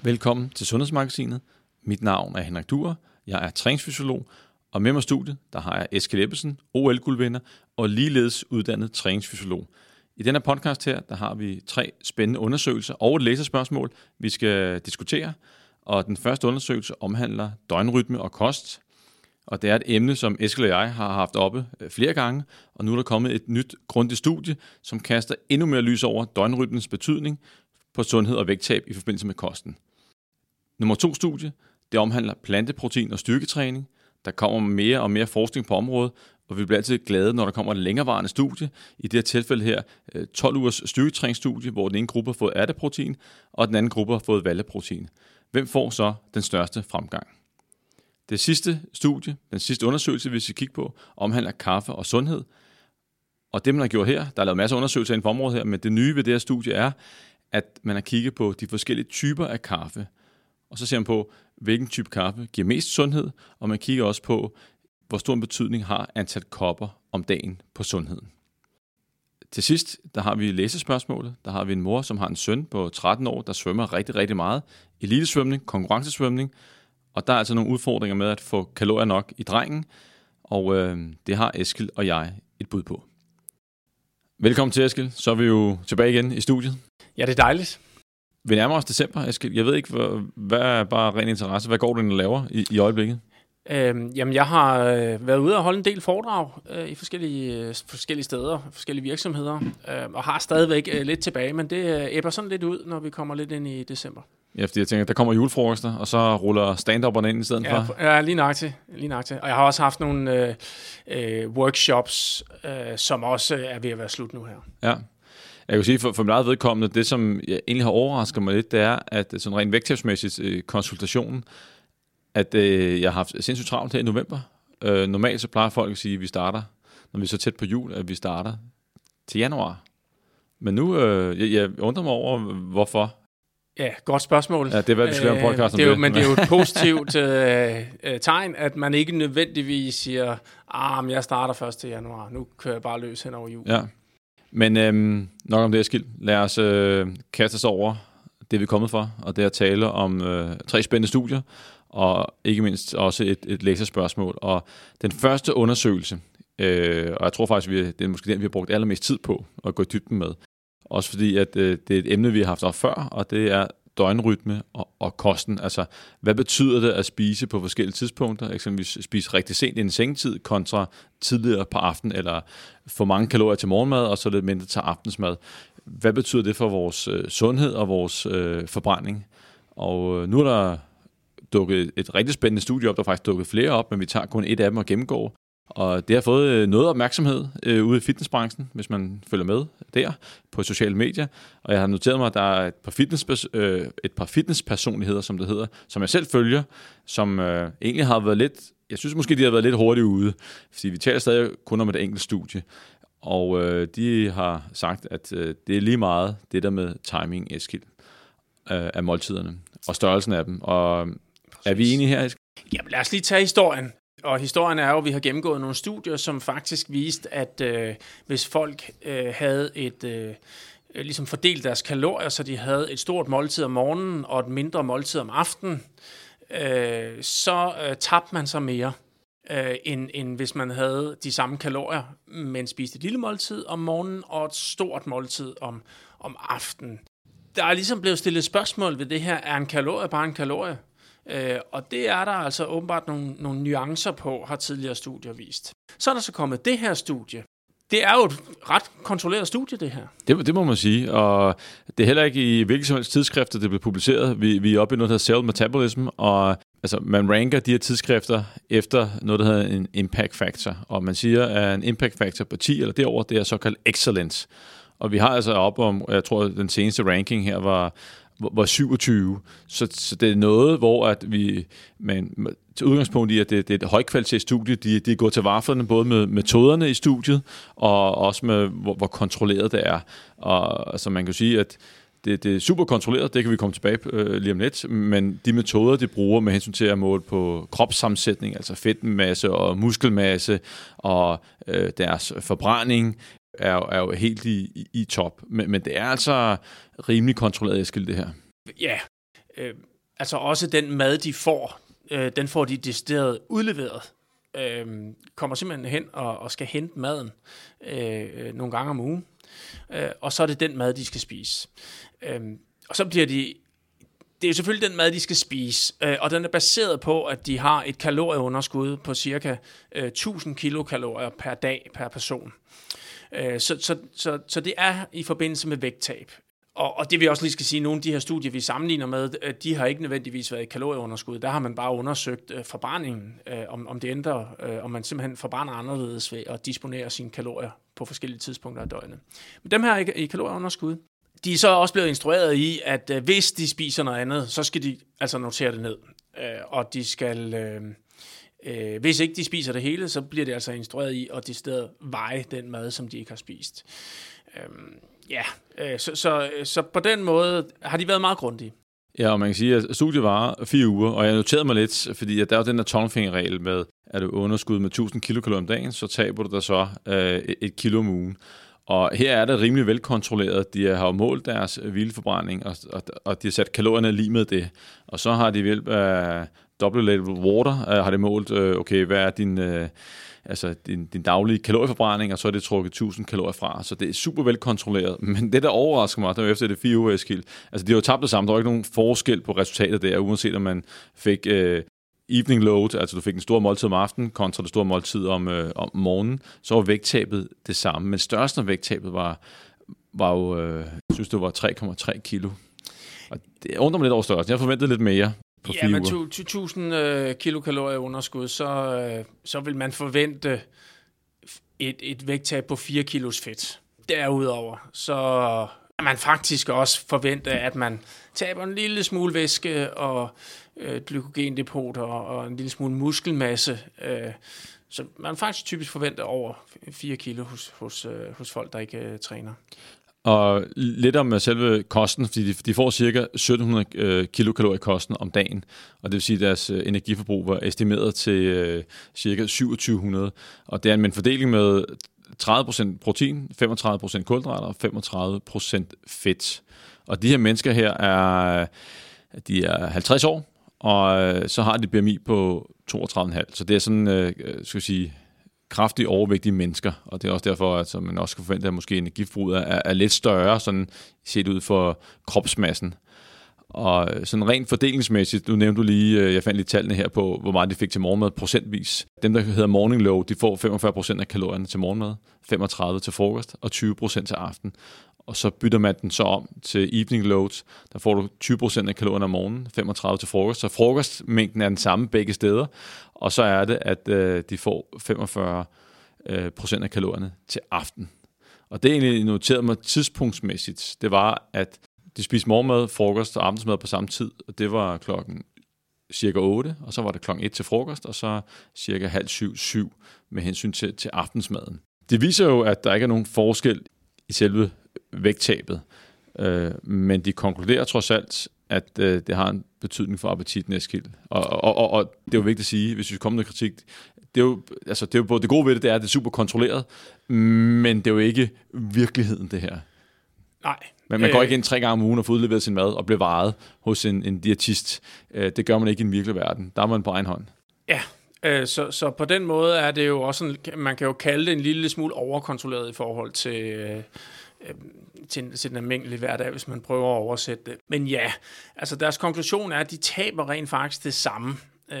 Velkommen til Sundhedsmagasinet. Mit navn er Henrik Duer. Jeg er træningsfysiolog, og med mig i studiet, der har jeg Eskild Ebbesen, OL-guldvinder og ligeledes uddannet træningsfysiolog. I denne podcast her, der har vi 3 spændende undersøgelser og et læserspørgsmål, vi skal diskutere. Og den første undersøgelse omhandler døgnrytme og kost. Og det er et emne, som Eskild og jeg har haft oppe flere gange, og nu er der kommet et nyt grundigt studie, som kaster endnu mere lys over døgnrytmens betydning på sundhed og vægttab i forbindelse med kosten. Nummer 2 studie, det omhandler planteprotein og styrketræning. Der kommer mere og mere forskning på området, og vi bliver altid glade, når der kommer et længerevarende studie. I det her tilfælde her 12 ugers styrketræningsstudie, hvor den ene gruppe har fået ærteprotein, og den anden gruppe har fået valleprotein. Hvem får så den største fremgang? Det sidste studie, den sidste undersøgelse, vi skal kigge på, omhandler kaffe og sundhed. Og det, man har gjort her, der er lavet masser af undersøgelser inden for området her, men det nye ved det her studie er, at man har kigget på de forskellige typer af kaffe. Og så ser man på, hvilken type kaffe giver mest sundhed, og man kigger også på, hvor stor en betydning har antal kopper om dagen på sundheden. Til sidst, der har vi læsespørgsmålet. Der har vi en mor, som har en søn på 13 år, der svømmer rigtig, rigtig meget. Elitesvømning, konkurrencesvømning. Og der er altså nogle udfordringer med at få kalorier nok i drengen. Og det har Eskild og jeg et bud på. Velkommen til, Eskild. Så er vi jo tilbage igen i studiet. Ja, det er dejligt. Vi nærmer os december, Eskild. Jeg ved ikke, hvad er bare ren interesse? Hvad går du ind og laver i øjeblikket? Jamen, jeg har været ude og holde en del foredrag i forskellige steder, forskellige virksomheder, og har stadigvæk lidt tilbage, men det æbber sådan lidt ud, når vi kommer lidt ind i december. Ja, fordi jeg tænker, der kommer julefrokoster, og så ruller stand-upperne ind i stedet for. Ja, lige nøjagtigt. Og jeg har også haft nogle workshops, som også er ved at være slut nu her. Ja. Jeg kan sige, for mit eget vedkommende, det som jeg egentlig har overrasket mig lidt, det er, at sådan rent vægttabsmæssigt konsultationen, at jeg har haft sindssygt travlt her i november. Normalt så plejer folk at sige, at vi starter, når vi er så tæt på jul, at vi starter til januar. Men nu, jeg undrer mig over, hvorfor. Ja, godt spørgsmål. Ja, det er, hvad vi skal lave en podcast om det. Men det er jo et positivt tegn, at man ikke nødvendigvis siger, men jeg starter 1. januar, nu kører jeg bare løs hen over jul. Ja. Men nok om det, Eskild. Lad os kaste os over det, vi er kommet for, og det er at tale om 3 spændende studier, og ikke mindst også et læserspørgsmål. Og den første undersøgelse, og jeg tror faktisk, det er måske den, vi har brugt allermest tid på at gå i dybden med, også fordi, at det er et emne, vi har haft op før, og det er døgnrytme og kosten. Altså, hvad betyder det at spise på forskellige tidspunkter? Eksempelvis spise rigtig sent i en sengetid kontra tidligere på aftenen, eller få mange kalorier til morgenmad, og så lidt mindre til aftensmad. Hvad betyder det for vores sundhed og vores forbrænding? Og nu er der dukket et rigtig spændende studie op, der faktisk dukket flere op, men vi tager kun et af dem og gennemgår. Og det har fået noget opmærksomhed ude i fitnessbranchen, hvis man følger med der på sociale medier. Og jeg har noteret mig, at der er et par fitnesspersonligheder, som det hedder, som jeg selv følger, som egentlig har været lidt, jeg synes måske, de har været lidt hurtigt ude, fordi vi taler stadig kun om et enkelt studie. Og de har sagt, at det er lige meget det der med timing, Eskild, af måltiderne og størrelsen af dem. Og er vi enige her, Eskild? Jamen lad os lige tage historien. Og historien er jo, at vi har gennemgået nogle studier, som faktisk viste, at hvis folk havde ligesom fordelt deres kalorier, så de havde et stort måltid om morgenen og et mindre måltid om aftenen, så tabte man sig mere, end hvis man havde de samme kalorier, men spiste et lille måltid om morgenen og et stort måltid om aftenen. Der er ligesom blevet stillet spørgsmål ved det her, er en kalorie bare en kalorie? Og det er der altså åbenbart nogle nuancer på, har tidligere studier vist. Så er der så kommet det her studie. Det er jo et ret kontrolleret studie, det her. Det må man sige, og det er heller ikke i hvilket som helst tidsskrifter, det bliver publiceret. Vi er oppe i noget, der hedder Cell Metabolism, og altså, man ranker de her tidsskrifter efter noget, der hedder en impact factor. Og man siger, at en impact factor på 10 eller derover, det er såkaldt excellence. Og vi har altså op om, jeg tror, den seneste ranking her var 27. Så det er noget, hvor at vi til udgangspunkt i, at det er et højkvalitetsstudie, de går til vaflerne, både med metoderne i studiet, og også med, hvor kontrolleret det er. Og altså, man kan sige, at det er super kontrolleret, det kan vi komme tilbage lige om lidt, men de metoder, de bruger med hensyn til at måle på kropssammensætning, altså fedtmasse og muskelmasse, og deres forbrænding, er jo helt i top. Men det er altså rimelig kontrolleret, Eskild, det her. Ja, Altså også den mad, de får, den får de decideret udleveret. Kommer simpelthen hen og skal hente maden nogle gange om ugen. Og så er det den mad, de skal spise. Og så bliver de... Det er selvfølgelig den mad, de skal spise, og den er baseret på, at de har et kalorieunderskud på cirka 1000 kilokalorier per dag per person. Så det er i forbindelse med vægttab. Og det vi også lige skal sige, nogle af de her studier, vi sammenligner med, de har ikke nødvendigvis været et kalorieunderskud. Der har man bare undersøgt forbrændingen, om det ændrer, om man simpelthen forbrænder anderledes ved at disponere sine kalorier på forskellige tidspunkter af døgnet. Men dem her i kalorieunderskud, de er så også blevet instrueret i, at hvis de spiser noget andet, så skal de altså notere det ned. Og de skal, hvis ikke de spiser det hele, så bliver de altså instrueret i at decideret veje den mad, som de ikke har spist. Så på den måde har de været meget grundige. Ja, og man kan sige, at studiet varer 4 uger, og jeg noterede mig lidt, fordi at der er jo den der tommelfingerregel med, at du underskud med 1000 kilokalorier om dagen, så taber du der så 1 kilo om ugen. Og her er det rimelig velkontrolleret. De har jo målt deres hvileforbrænding, og de har sat kalorierne lige med det. Og så har de ved hjælp af double water, har de målt, okay, hvad er din daglige kalorieforbrænding, og så er det trukket 1000 kalorier fra. Så det er super velkontrolleret. Men det, der overrasker mig, det var efter det 4 uger, Eskild. Altså, de har jo tabt det samme. Der var ikke nogen forskel på resultatet der, uanset om man fik evening load, altså du fik en stor måltid om aftenen, kontra det store måltid om morgenen, så var vægttabet det samme. Men størsten af vægttabet var jo, jeg synes, det var 3,3 kilo. Og det undrer mig lidt over størrelsen. Jeg forventede lidt mere på 4 uger. Men 1000 kilokalorier underskud, så vil man forvente et vægttab på 4 kilos fedt. Derudover, så man faktisk også forvente, at man taber en lille smule væske og glykogendepot og en lille smule muskelmasse. Så man faktisk typisk forventer over 4 kilo hos folk, der ikke træner. Og lidt om selve kosten, fordi de får cirka 1700 kilokalorier i kosten om dagen, og det vil sige, at deres energiforbrug var estimeret til cirka 2700, og det er en fordeling med 30% protein, 35% kulhydrater og 35% fedt. Og de her mennesker her de er 50 år, og så har de BMI på 32,5, så det er sådan, skal vi sige, kraftigt overvægtige mennesker, og det er også derfor, at man også kan forvente, at måske energiforbruget er lidt større, sådan set ud for kropsmassen. Og sådan rent fordelingsmæssigt, nu nævnte du lige, jeg fandt lige tallene her på, hvor meget de fik til morgenmad procentvis. Dem, der hedder morning low, de får 45% af kalorierne til morgenmad, 35% til frokost og 20% til aften. Og så bytter man den så om til evening loads, der får du 20% af kalorierne om morgenen, 35% til frokost. Så frokostmængden er den samme begge steder, og så er det, at de får 45% af kalorierne til aften. Og det er egentlig noteret mig tidspunktsmæssigt, det var, at de spiste morgenmad, frokost og aftensmad på samme tid, og det var klokken cirka 8, og så var det klokken 1 til frokost, og så cirka 6:30 med hensyn til aftensmaden. Det viser jo, at der ikke er nogen forskel i selve vægttabet, men de konkluderer trods alt, at det har en betydning for appetitten, Eskild. Og det er jo vigtigt at sige, hvis vi kommer med kritik, det er jo både det gode ved det er, at det er super kontrolleret, men det er jo ikke virkeligheden, det her. Nej. Men man går ikke ind 3 gange om ugen og får udleveret sin mad og bliver varet hos en diætist. Det gør man ikke i den virkelige verden. Der er man på egen hånd. Ja, så på den måde er det jo også, man kan jo kalde det en lille smule overkontrolleret i forhold til den almindelige hverdag, hvis man prøver at oversætte det. Men ja, altså deres konklusion er, at de taber rent faktisk det samme.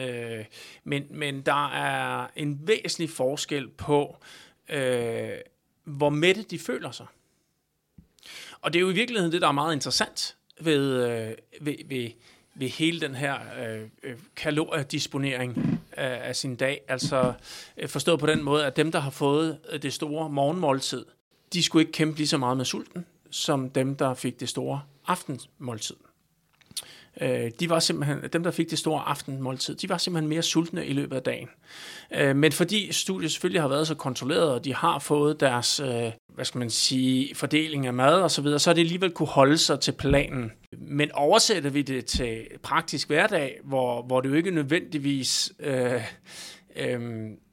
Men der er en væsentlig forskel på, hvor mætte de føler sig. Og det er jo i virkeligheden det, der er meget interessant ved hele den her kaloriedisponering af sin dag. Altså forstået på den måde, at dem, der har fået det store morgenmåltid, de skulle ikke kæmpe lige så meget med sulten, som dem, der fik det store aftenmåltid. De var simpelthen, dem, der fik det store aftenmåltid, de var simpelthen mere sultne i løbet af dagen. Men fordi studiet selvfølgelig har været så kontrolleret, og de har fået deres, fordeling af mad og så videre, så har det alligevel kunne holde sig til planen. Men oversætter vi det til praktisk hverdag, hvor det jo ikke nødvendigvis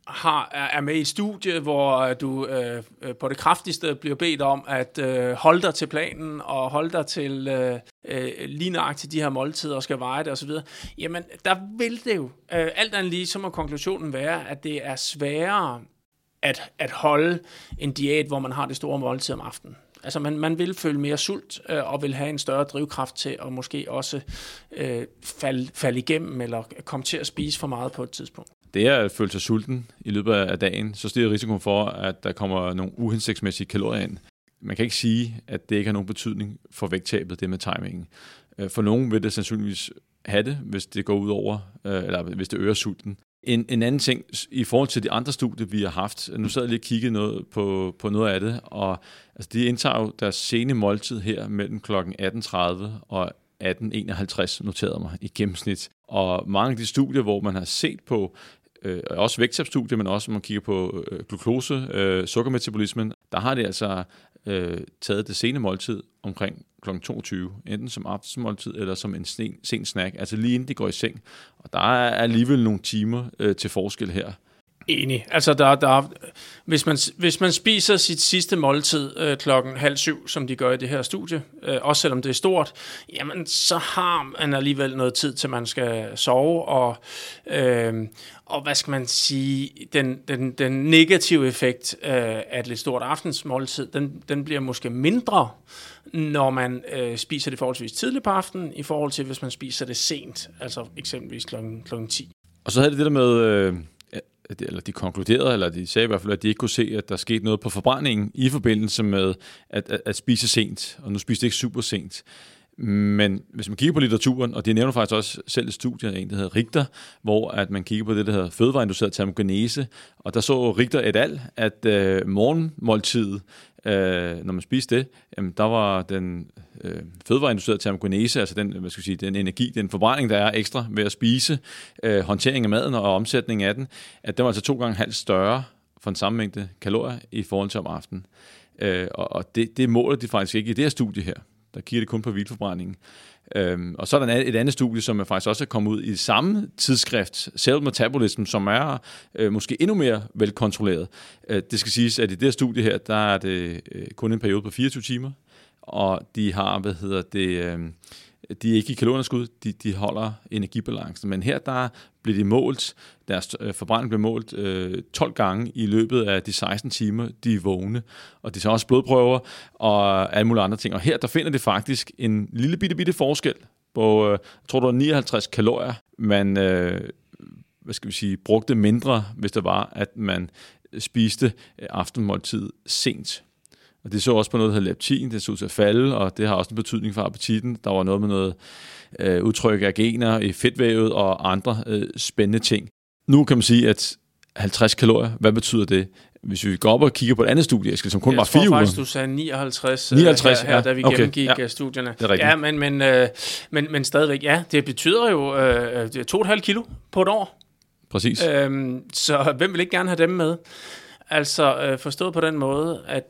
er med i et studie, hvor du på det kraftigste bliver bedt om at holde dig til planen og holde dig til lige nøjagtigt de her måltider og skal veje det osv., jamen der vil det jo alt andet lige, så må konklusionen være, at det er sværere at holde en diæt, hvor man har det store måltid om aftenen. Altså man vil føle mere sult og vil have en større drivkraft til at måske også falde igennem eller komme til at spise for meget på et tidspunkt. Det er at føle sig sulten i løbet af dagen, så stiger risikoen for, at der kommer nogle uhensigtsmæssige kalorier ind. Man kan ikke sige, at det ikke har nogen betydning for vægttabet, det med timingen. For nogen vil det sandsynligvis have det, hvis det går ud over, eller hvis det øger sulten. En anden ting i forhold til de andre studier, vi har haft, nu sad jeg lige og kiggede noget på noget af det, og altså, de indtager jo deres sene måltid her mellem kl. 18.30 og 18.51, noterede mig, i gennemsnit. Og mange af de studier, hvor man har set på, også vægttabsstudier, men også, når man kigger på glukose, sukkermetabolismen, der har det altså taget det sene måltid omkring kl. 22, enten som aftensmåltid eller som en sen snack, altså lige inden de går i seng. Og der er alligevel nogle timer til forskel her. Enig. Altså, hvis man spiser sit sidste måltid klokken 6:30, som de gør i det her studie, også selvom det er stort, jamen, så har man alligevel noget tid til, man skal sove, og hvad skal man sige, den negative effekt af et lidt stort aftensmåltid, den bliver måske mindre, når man spiser det forholdsvis tidligt på aftenen, i forhold til, hvis man spiser det sent, altså eksempelvis klokken 10. Og så havde det der med... eller de konkluderede, eller de sagde i hvert fald, at de ikke kunne se, at der skete noget på forbrændingen i forbindelse med at spise sent, og nu spiste det ikke super sent. Men hvis man kigger på litteraturen, og det nævner faktisk også selv et studie af en, der hedder Richter, hvor at man kigger på det, der hedder fødevareinduceret termogenese, og der så Richter et al, at morgenmåltidet, når man spiste det, jamen, der var den fødevareinducerede termogenese, altså den, hvad skal jeg sige, den energi, den forbrænding, der er ekstra ved at spise, håndtering af maden og omsætning af den, at den var altså 2,5 større for en samme mængde kalorier i forhold til om aftenen. Og det måler de faktisk ikke i det her studie her. Der kigger det kun på hvilforbrændingen. Og så er der et andet studie, som er faktisk også er kommet ud i samme tidsskrift, Cell Metabolism, som er måske endnu mere velkontrolleret. Det skal siges, at i det her studie her, der er det kun en periode på 24 timer, og de har, de er ikke i kalorieunderskud, de holder energibalancen. Men her, der bliver de målt, deres forbrænding bliver målt 12 gange i løbet af de 16 timer, de er vågne. Og de tager også blodprøver og alle mulige andre ting. Og her, der finder de faktisk en lille bitte forskel på, jeg tror, det var 59 kalorier, man brugte mindre, hvis det var, at man spiste aftenmåltid sent. Og det så også på noget, der hedder leptin, det så ud til at falde, og det har også en betydning for appetitten. Der var noget med noget udtryk af gener i fedtvævet og andre spændende ting. Nu kan man sige, at 50 kalorier, hvad betyder det? Hvis vi går op og kigger på et andet studie, som kun var 4 uger. Jeg tror faktisk, du sagde 59, 59 her, da vi gennemgik studierne. Det er rigtigt. Men stadigvæk, ja, det betyder jo 2,5 kilo på et år. Præcis. Så hvem vil ikke gerne have dem med? Altså forstået på den måde, at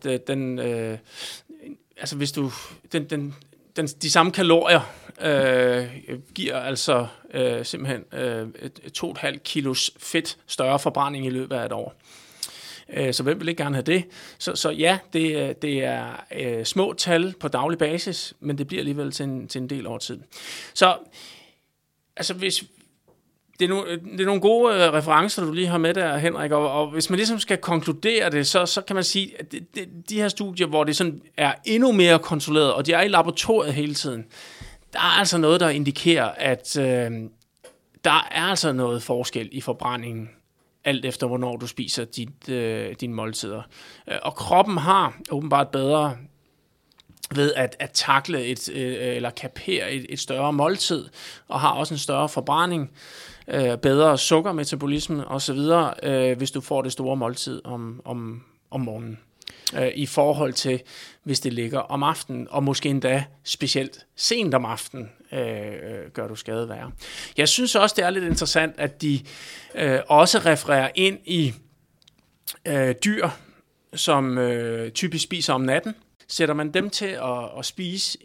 hvis du de samme kalorier giver altså simpelthen 2,5 kilos fedt større forbrænding i løbet af et år. Så hvem vil ikke gerne have det? Så ja, det er små tal på daglig basis, men det bliver alligevel til en del over tid. Så altså hvis det er nogle gode referencer, du lige har med der, Henrik, og hvis man ligesom skal konkludere det, så kan man sige, at de her studier, hvor det sådan er endnu mere kontrolleret, og de er i laboratoriet hele tiden, der er altså noget, der indikerer, at der er altså noget forskel i forbrændingen, alt efter hvornår du spiser dine måltider. Og kroppen har åbenbart bedre ved at takle eller kapere et større måltid, og har også en større forbrænding, bedre sukkermetabolisme osv., hvis du får det store måltid om morgenen. I forhold til, hvis det ligger om aftenen, og måske endda specielt sent om aftenen, gør du skade værre. Jeg synes også, det er lidt interessant, at de også refererer ind i dyr, som typisk spiser om natten. Sætter man dem til at spise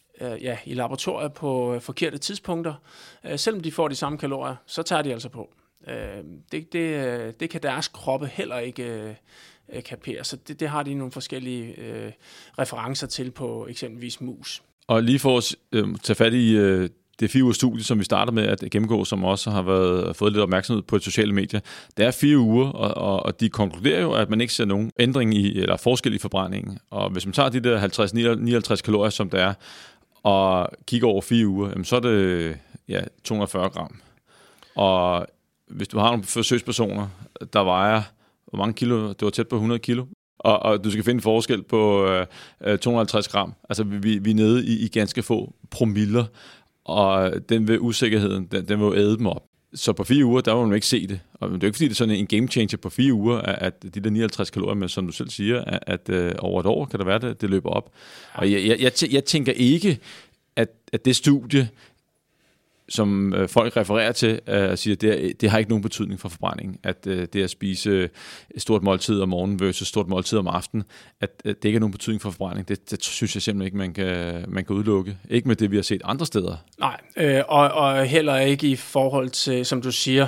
i laboratoriet på forkerte tidspunkter, selvom de får de samme kalorier, så tager de altså på. Det kan deres kroppe heller ikke kapere, så det har de nogle forskellige referencer til på eksempelvis mus. Og lige for at tage fat i det 4 ugers studie, som vi starter med at gennemgå, som også har fået lidt opmærksomhed på sociale medier. Det er 4 uger, og de konkluderer jo, at man ikke ser nogen ændring eller forskel i forbrændingen. Og hvis man tager de der 50-59 kalorier, som det er, og kigger over 4 uger, så er det 240 gram. Og hvis du har nogle forsøgspersoner, der vejer, hvor mange kilo? Det var tæt på 100 kilo. Og du skal finde en forskel på 250 gram. Altså vi er nede i ganske få promiller, og den ved usikkerheden, den vil jo æde dem op. Så på 4 uger, der vil man ikke se det. Og det er jo ikke, fordi det er sådan en game changer på 4 uger, at de der 59 kalorier, men som du selv siger, at over et år kan der være det løber op. Og jeg tænker ikke, at det studie, som folk refererer til, siger, det har ikke nogen betydning for forbrændingen, at det at spise et stort måltid om morgenen versus et stort måltid om aftenen, at det ikke har nogen betydning for forbrænding. Det synes jeg simpelthen ikke, man kan udelukke. Ikke med det, vi har set andre steder. Nej, og heller ikke i forhold til, som du siger,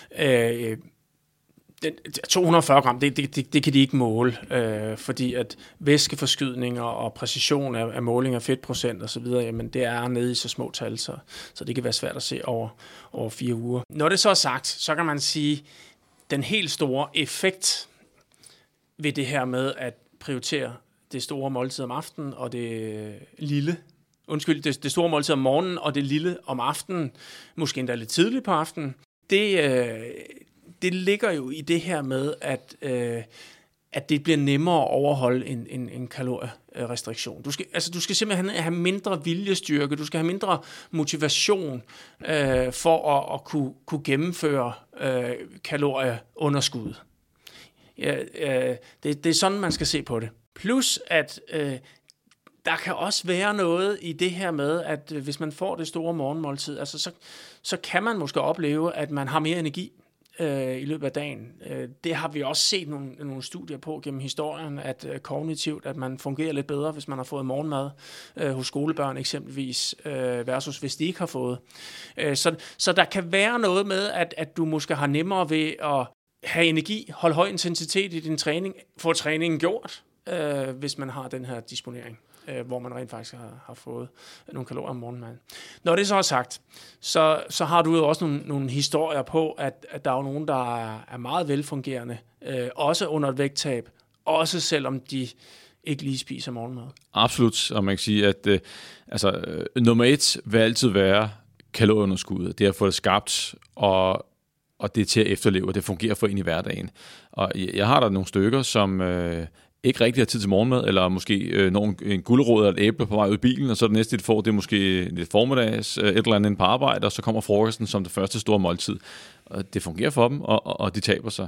240 gram, det kan de ikke måle, fordi at væskeforskydninger og præcision af måling af fedtprocent og så videre, jamen det er nede i så små tal, så det kan være svært at se over 4 uger. Når det så er sagt, så kan man sige, den helt store effekt ved det her med at prioritere det store måltid om aftenen og det store måltid om morgenen og det lille om aftenen, måske endda lidt tidligt på aftenen, det ligger jo i det her med, at det bliver nemmere at overholde en kalorierestriktion. Du skal simpelthen have mindre viljestyrke, du skal have mindre motivation for at kunne gennemføre kalorieunderskud. Det er sådan, man skal se på det. Plus, at der kan også være noget i det her med, at hvis man får det store morgenmåltid, altså så kan man måske opleve, at man har mere energi i løbet af dagen. Det har vi også set nogle studier på gennem historien, at kognitivt, at man fungerer lidt bedre, hvis man har fået morgenmad hos skolebørn eksempelvis, versus hvis de ikke har fået. Så der kan være noget med, at du måske har nemmere ved at have energi, holde høj intensitet i din træning, få træningen gjort, hvis man har den her disponering, hvor man rent faktisk har fået nogle kalorier om morgenmaden. Når det så er sagt, så har du jo også nogle historier på, at der er jo nogen, der er meget velfungerende, også under et vægttab, også selvom de ikke lige spiser morgenmad. Absolut, og man kan sige, at nummer 1 vil altid være kalorieunderskuddet. Det er at få det skabt, og det er til at efterleve, og det fungerer for en i hverdagen. Og jeg har der nogle stykker, som ikke rigtig har tid til morgenmad, eller måske en gulerod eller et æble på vej ud i bilen, og så det næste, de får, det er måske lidt formiddags, et eller andet på arbejde, og så kommer frokosten som det første store måltid. Og det fungerer for dem, og de taber sig.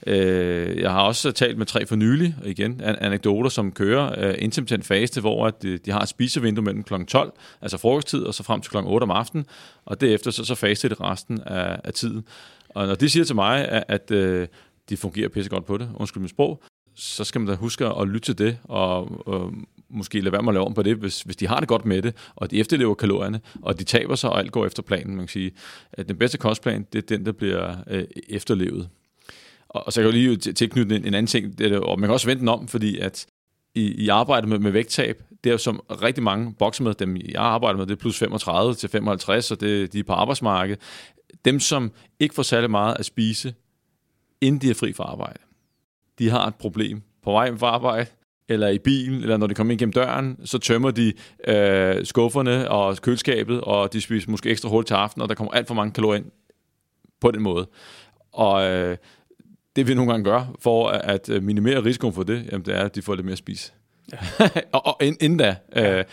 Jeg har også talt med 3 for nylig, igen, anekdoter, som kører intermittent faste, hvor de har et spisevindue mellem kl. 12, altså frokosttid, og så frem til kl. 8 om aftenen, og derefter så faste det resten af tiden. Og når de siger til mig, at de fungerer pissegodt på det, undskyld mit sprog, så skal man da huske at lytte til det, og måske lade være med at lave om på det, hvis de har det godt med det, og de efterlever kalorierne, og de taber sig, og alt går efter planen. Man kan sige, at den bedste kostplan, det er den, der bliver efterlevet. Og så kan jeg jo lige tilknytte en anden ting, og man kan også vente den om, fordi at i arbejdet med vægttab, det er jo som rigtig mange bokser med, dem jeg arbejder med, det er plus 35 til 55, og de er på arbejdsmarkedet. Dem, som ikke får særlig meget at spise, inden de er fri fra arbejde, de har et problem på vej fra arbejde, eller i bilen, eller når de kommer ind gennem døren, så tømmer de skufferne og køleskabet, og de spiser måske ekstra hurtigt til aften, og der kommer alt for mange kalorier ind på den måde. Og det vi nogle gange gør, for at minimere risikoen for det, jamen det er, at de får lidt mere at spise. Ja. og inden da. Ja.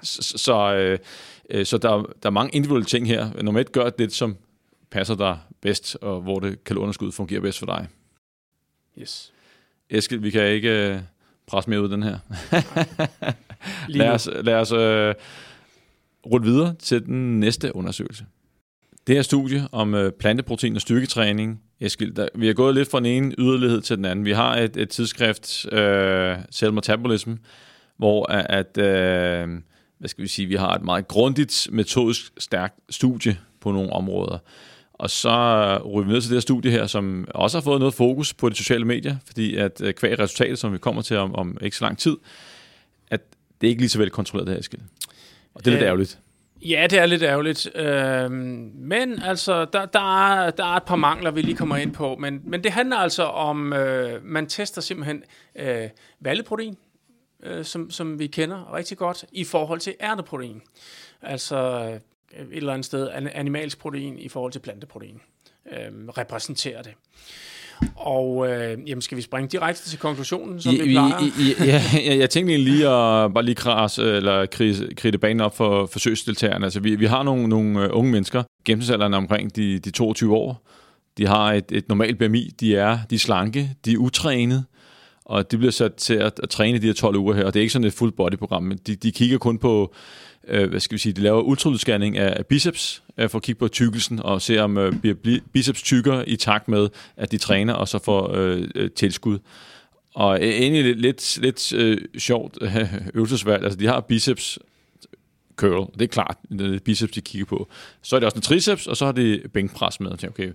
Så der er mange individuelle ting her. Nummer 1, gør det, som passer dig bedst, og hvor det kalorieunderskud fungerer bedst for dig. Yes. Eskild, vi kan ikke presse mere ud den her. Lad os rulle videre til den næste undersøgelse. Det her studie om planteprotein og styrketræning, Eskild, vi har gået lidt fra den ene yderlighed til den anden. Vi har et tidsskrift, Cell Metabolism, hvor vi har et meget grundigt, metodisk stærkt studie på nogle områder. Og så ryger vi ned til det her studie her, som også har fået noget fokus på de sociale medier, fordi at kvæg resultatet, som vi kommer til om ikke så lang tid, at det er ikke lige så vel kontrolleret, det her, Eskild. Og det er lidt ærgerligt. Ja, det er lidt ærgerligt. Men altså, der er et par mangler, vi lige kommer ind på. Men det handler altså om, man tester simpelthen valleprotein, som vi kender rigtig godt, i forhold til ærteprotein. Altså et eller andet sted animalsk protein i forhold til planteprotein. Repræsenterer det. Og jamen, skal vi springe direkte til konklusionen, som vi plejer? Jeg tænkte egentlig lige at bare lige kridte banen op for forsøgsdeltagerne. Altså, vi har nogle unge mennesker, gennemsnitsalderen omkring de 22 år. De har et normalt BMI, de er slanke, de er utrænet, og de bliver sat til at træne de her 12 uger her, og det er ikke sådan et full body program, men de kigger kun på, de laver ultralydsscanning af biceps, for at kigge på tykkelsen, og se om bliver biceps tykkere i takt med, at de træner, og så får tilskud. Og egentlig lidt sjovt øvelsesvalg, altså de har biceps curl, det er klart, det er biceps, de kigger på. Så er det også en triceps, og så har de bænkpres med. Okay,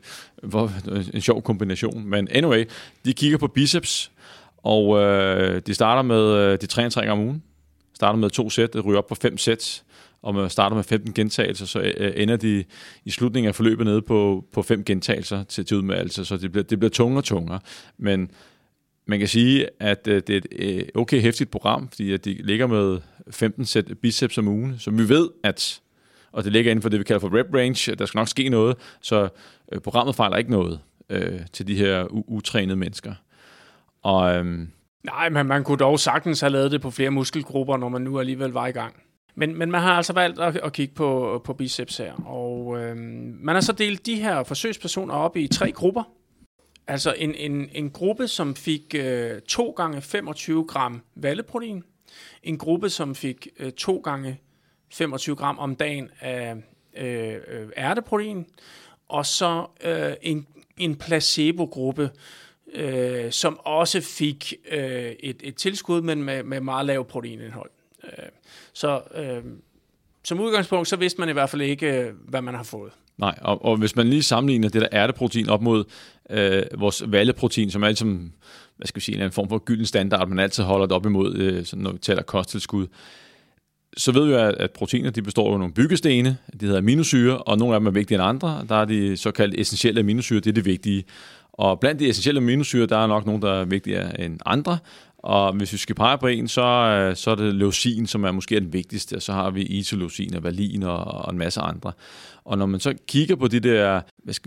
en sjov kombination. Men anyway, de kigger på biceps, og de starter med, de træner om ugen. Starter med 2 sæt, ryger op på 5 sæt, og man starter med 15 gentagelser, så ender de i slutningen af forløbet nede på 5 gentagelser til udmeldelse, så det bliver tungere og tungere. Men man kan sige, at det er et okay hæftigt program, fordi at de ligger med 15 sæt biceps om ugen, som vi ved, og det ligger inden for det, vi kalder for rep range, der skal nok ske noget, så programmet fejler ikke noget til de her utrænede mennesker. Og nej, men man kunne dog sagtens have lavet det på flere muskelgrupper, når man nu alligevel var i gang. Men man har altså valgt at kigge på biceps her, og man har så delt de her forsøgspersoner op i 3 grupper. Altså en gruppe, som fik 2 gange 25 gram valleprotein, en gruppe, som fik 2 gange 25 gram om dagen af ærteprotein, og så en placebo-gruppe, som også fik et tilskud, men med meget lav proteinindhold. Så som udgangspunkt, så vidste man i hvert fald ikke, hvad man har fået. Nej, og hvis man lige sammenligner det der ærteprotein op mod vores valleprotein, som er ligesom, en form for gylden standard, man altid holder det op imod, sådan når vi taler kosttilskud, så ved vi, at proteiner de består af nogle byggestene, de hedder aminosyre, og nogle af dem er vigtigere end andre. Der er de såkaldte essentielle aminosyre, det er det vigtige. Og blandt de essentielle aminosyre, der er nok nogle, der er vigtigere end andre. Og hvis vi skal pege på en, så er det leucin, som er måske den vigtigste, og så har vi isoleucin og valin og en masse andre. Og når man så kigger på det der,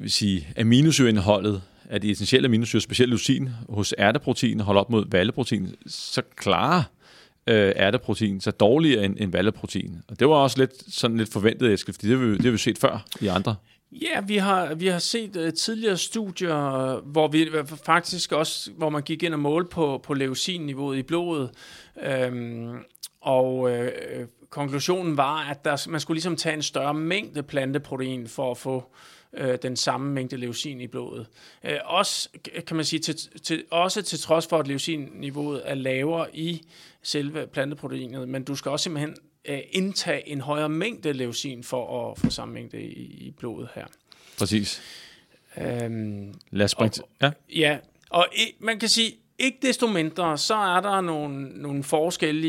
aminosyreindholdet af de essentielle aminosyre, specielt leucin hos ærteprotein, holder op mod valleprotein, så klarer ærteprotein så dårligere end valleprotein. Og det var også lidt forventet, Eskild, fordi det har vi set før i andre. Ja, vi har set tidligere studier, hvor vi faktisk også, hvor man gik ind og målte på leucin-niveauet i blodet, konklusionen var, at man skulle ligesom tage en større mængde planteprotein for at få den samme mængde leucin i blodet. Også, kan man sige, til trods for, at leucin-niveauet er lavere i selve planteproteinet, men du skal også simpelthen indtage en højere mængde leucin for at få samme mængde i blodet her. Præcis. Lad os springe til. Ja. Ja, og man kan sige, ikke desto mindre, så er der nogle forskelle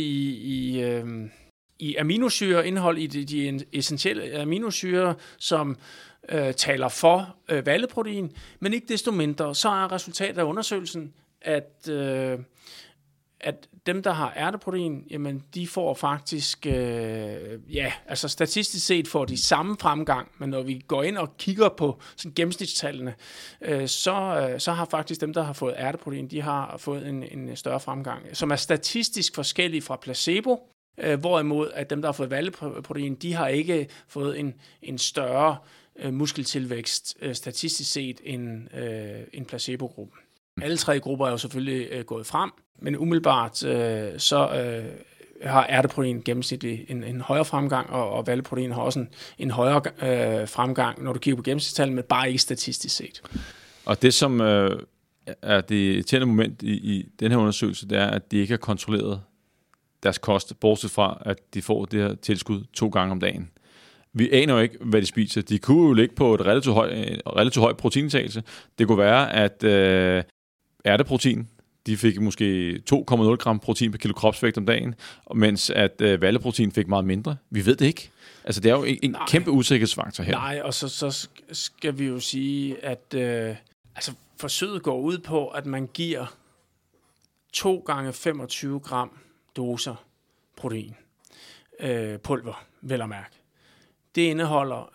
i aminosyreindhold i de essentielle aminosyre, som taler for valleprotein, men ikke desto mindre, så er resultatet af undersøgelsen, at dem, der har ærteprotein, jamen, de får faktisk, altså statistisk set får de samme fremgang, men når vi går ind og kigger på sådan gennemsnitstallene, så har faktisk dem, der har fået ærteprotein, de har fået en større fremgang, som er statistisk forskellig fra placebo, hvorimod at dem, der har fået valleprotein, de har ikke fået en større muskeltilvækst statistisk set end placebo-gruppen. Alle 3 grupper er jo selvfølgelig gået frem, men umiddelbart har ærteprotein gennemsnitligt en højere fremgang, og valleprotein har også en højere fremgang, når du kigger på gennemsnitstallene, men bare ikke statistisk set. Og det, som er det tændende moment i den her undersøgelse, det er, at de ikke har kontrolleret deres kost, bortset fra, at de får det her tilskud 2 gange om dagen. Vi aner jo ikke, hvad de spiser. De kunne jo ligge på et relativt høj proteinindtagelse. Det kunne være, at ærteprotein, de fik måske 2,0 gram protein per kilo kropsvægt om dagen, mens at valleprotein fik meget mindre. Vi ved det ikke. Altså, det er jo en kæmpe usikkerhedsfaktor her. Nej, og så skal vi jo sige, at forsøget går ud på, at man giver 2 gange 25 gram doser protein. Pulver, vel at mærke. Det indeholder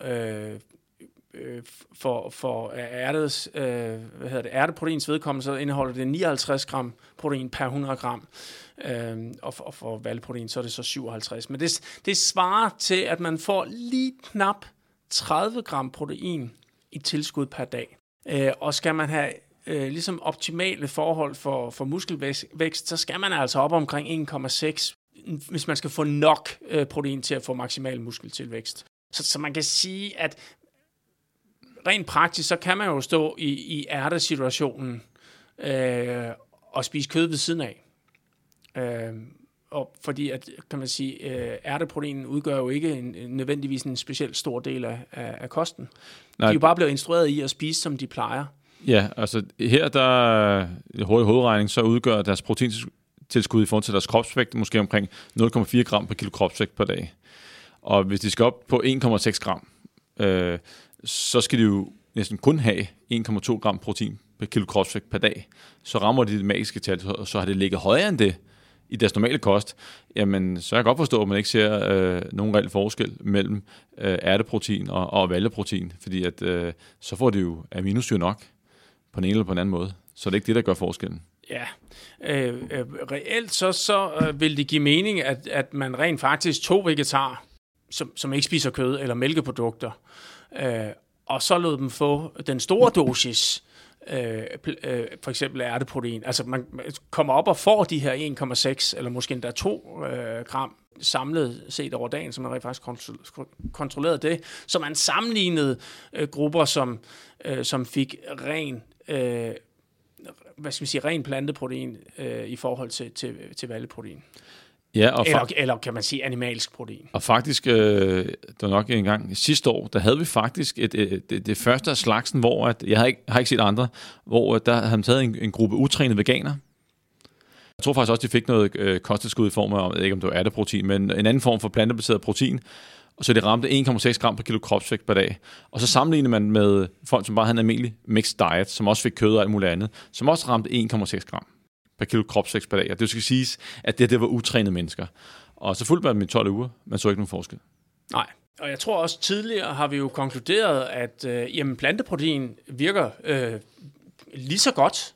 for ærteproteins vedkommende, så indeholder det 59 gram protein per 100 gram, og for valprotein, så er det så 57. Men det svarer til, at man får lige knap 30 gram protein i tilskud per dag. Og skal man have ligesom optimale forhold for muskelvækst, så skal man altså op omkring 1,6, hvis man skal få nok protein til at få maksimal muskeltilvækst. Så man kan sige, at rent praktisk, så kan man jo stå i ærtesituationen og spise kød ved siden af. Og fordi, at, kan man sige, ærteproteinen udgør jo ikke nødvendigvis en specielt stor del af kosten. Nej. De er jo bare blevet instrueret i at spise, som de plejer. Ja, altså her, der i hovedregning, så udgør deres proteintilskud i forhold til deres kropsvægt måske omkring 0,4 gram per kilo kropsvægt per dag. Og hvis de skal op på 1,6 gram, så skal de jo næsten kun have 1,2 gram protein per kilo kropsvægt per dag. Så rammer de det magiske tal, og så har det ligget højere end det i deres normale kost. Jamen, så kan jeg godt forstå, at man ikke ser nogen reel forskel mellem ærteprotein og valleprotein, fordi at, så får de jo aminosyre nok på en eller på en anden måde. Så det er ikke det, der gør forskellen. Ja, reelt så vil det give mening, at man rent faktisk tog vegetar, som ikke spiser kød eller mælkeprodukter, og så lod dem få den store dosis, for eksempel ærteprotein. Altså man kommer op og får de her 1,6 eller måske endda 2 gram samlet set over dagen, så man rent faktisk kontrollerede det. Så man sammenlignede grupper, som fik ren ren planteprotein i forhold til valleprotein. Ja, og eller kan man sige animalsk protein. Og faktisk, det var nok en gang sidste år, der havde vi faktisk det første af slagsen, hvor at, jeg har ikke set andre, hvor der havde taget en gruppe utrænede veganer. Jeg tror faktisk også, de fik noget kosttilskud i form af, jeg ved ikke om det var ærteprotein, men en anden form for plantebaseret protein. Og så det ramte 1,6 gram per kilo kropsvægt per dag. Og så sammenligner man med folk, som bare havde en almindelig mixed diet, som også fik kød og alt muligt andet, som også ramte 1,6 gram per kilo kropsvægt per dag. Og det skal siges, at det var utrænede mennesker. Og så fulgte man dem i 12 uger, man så ikke nogen forskel. Nej, og jeg tror også tidligere har vi jo konkluderet, at planteprotein virker lige så godt.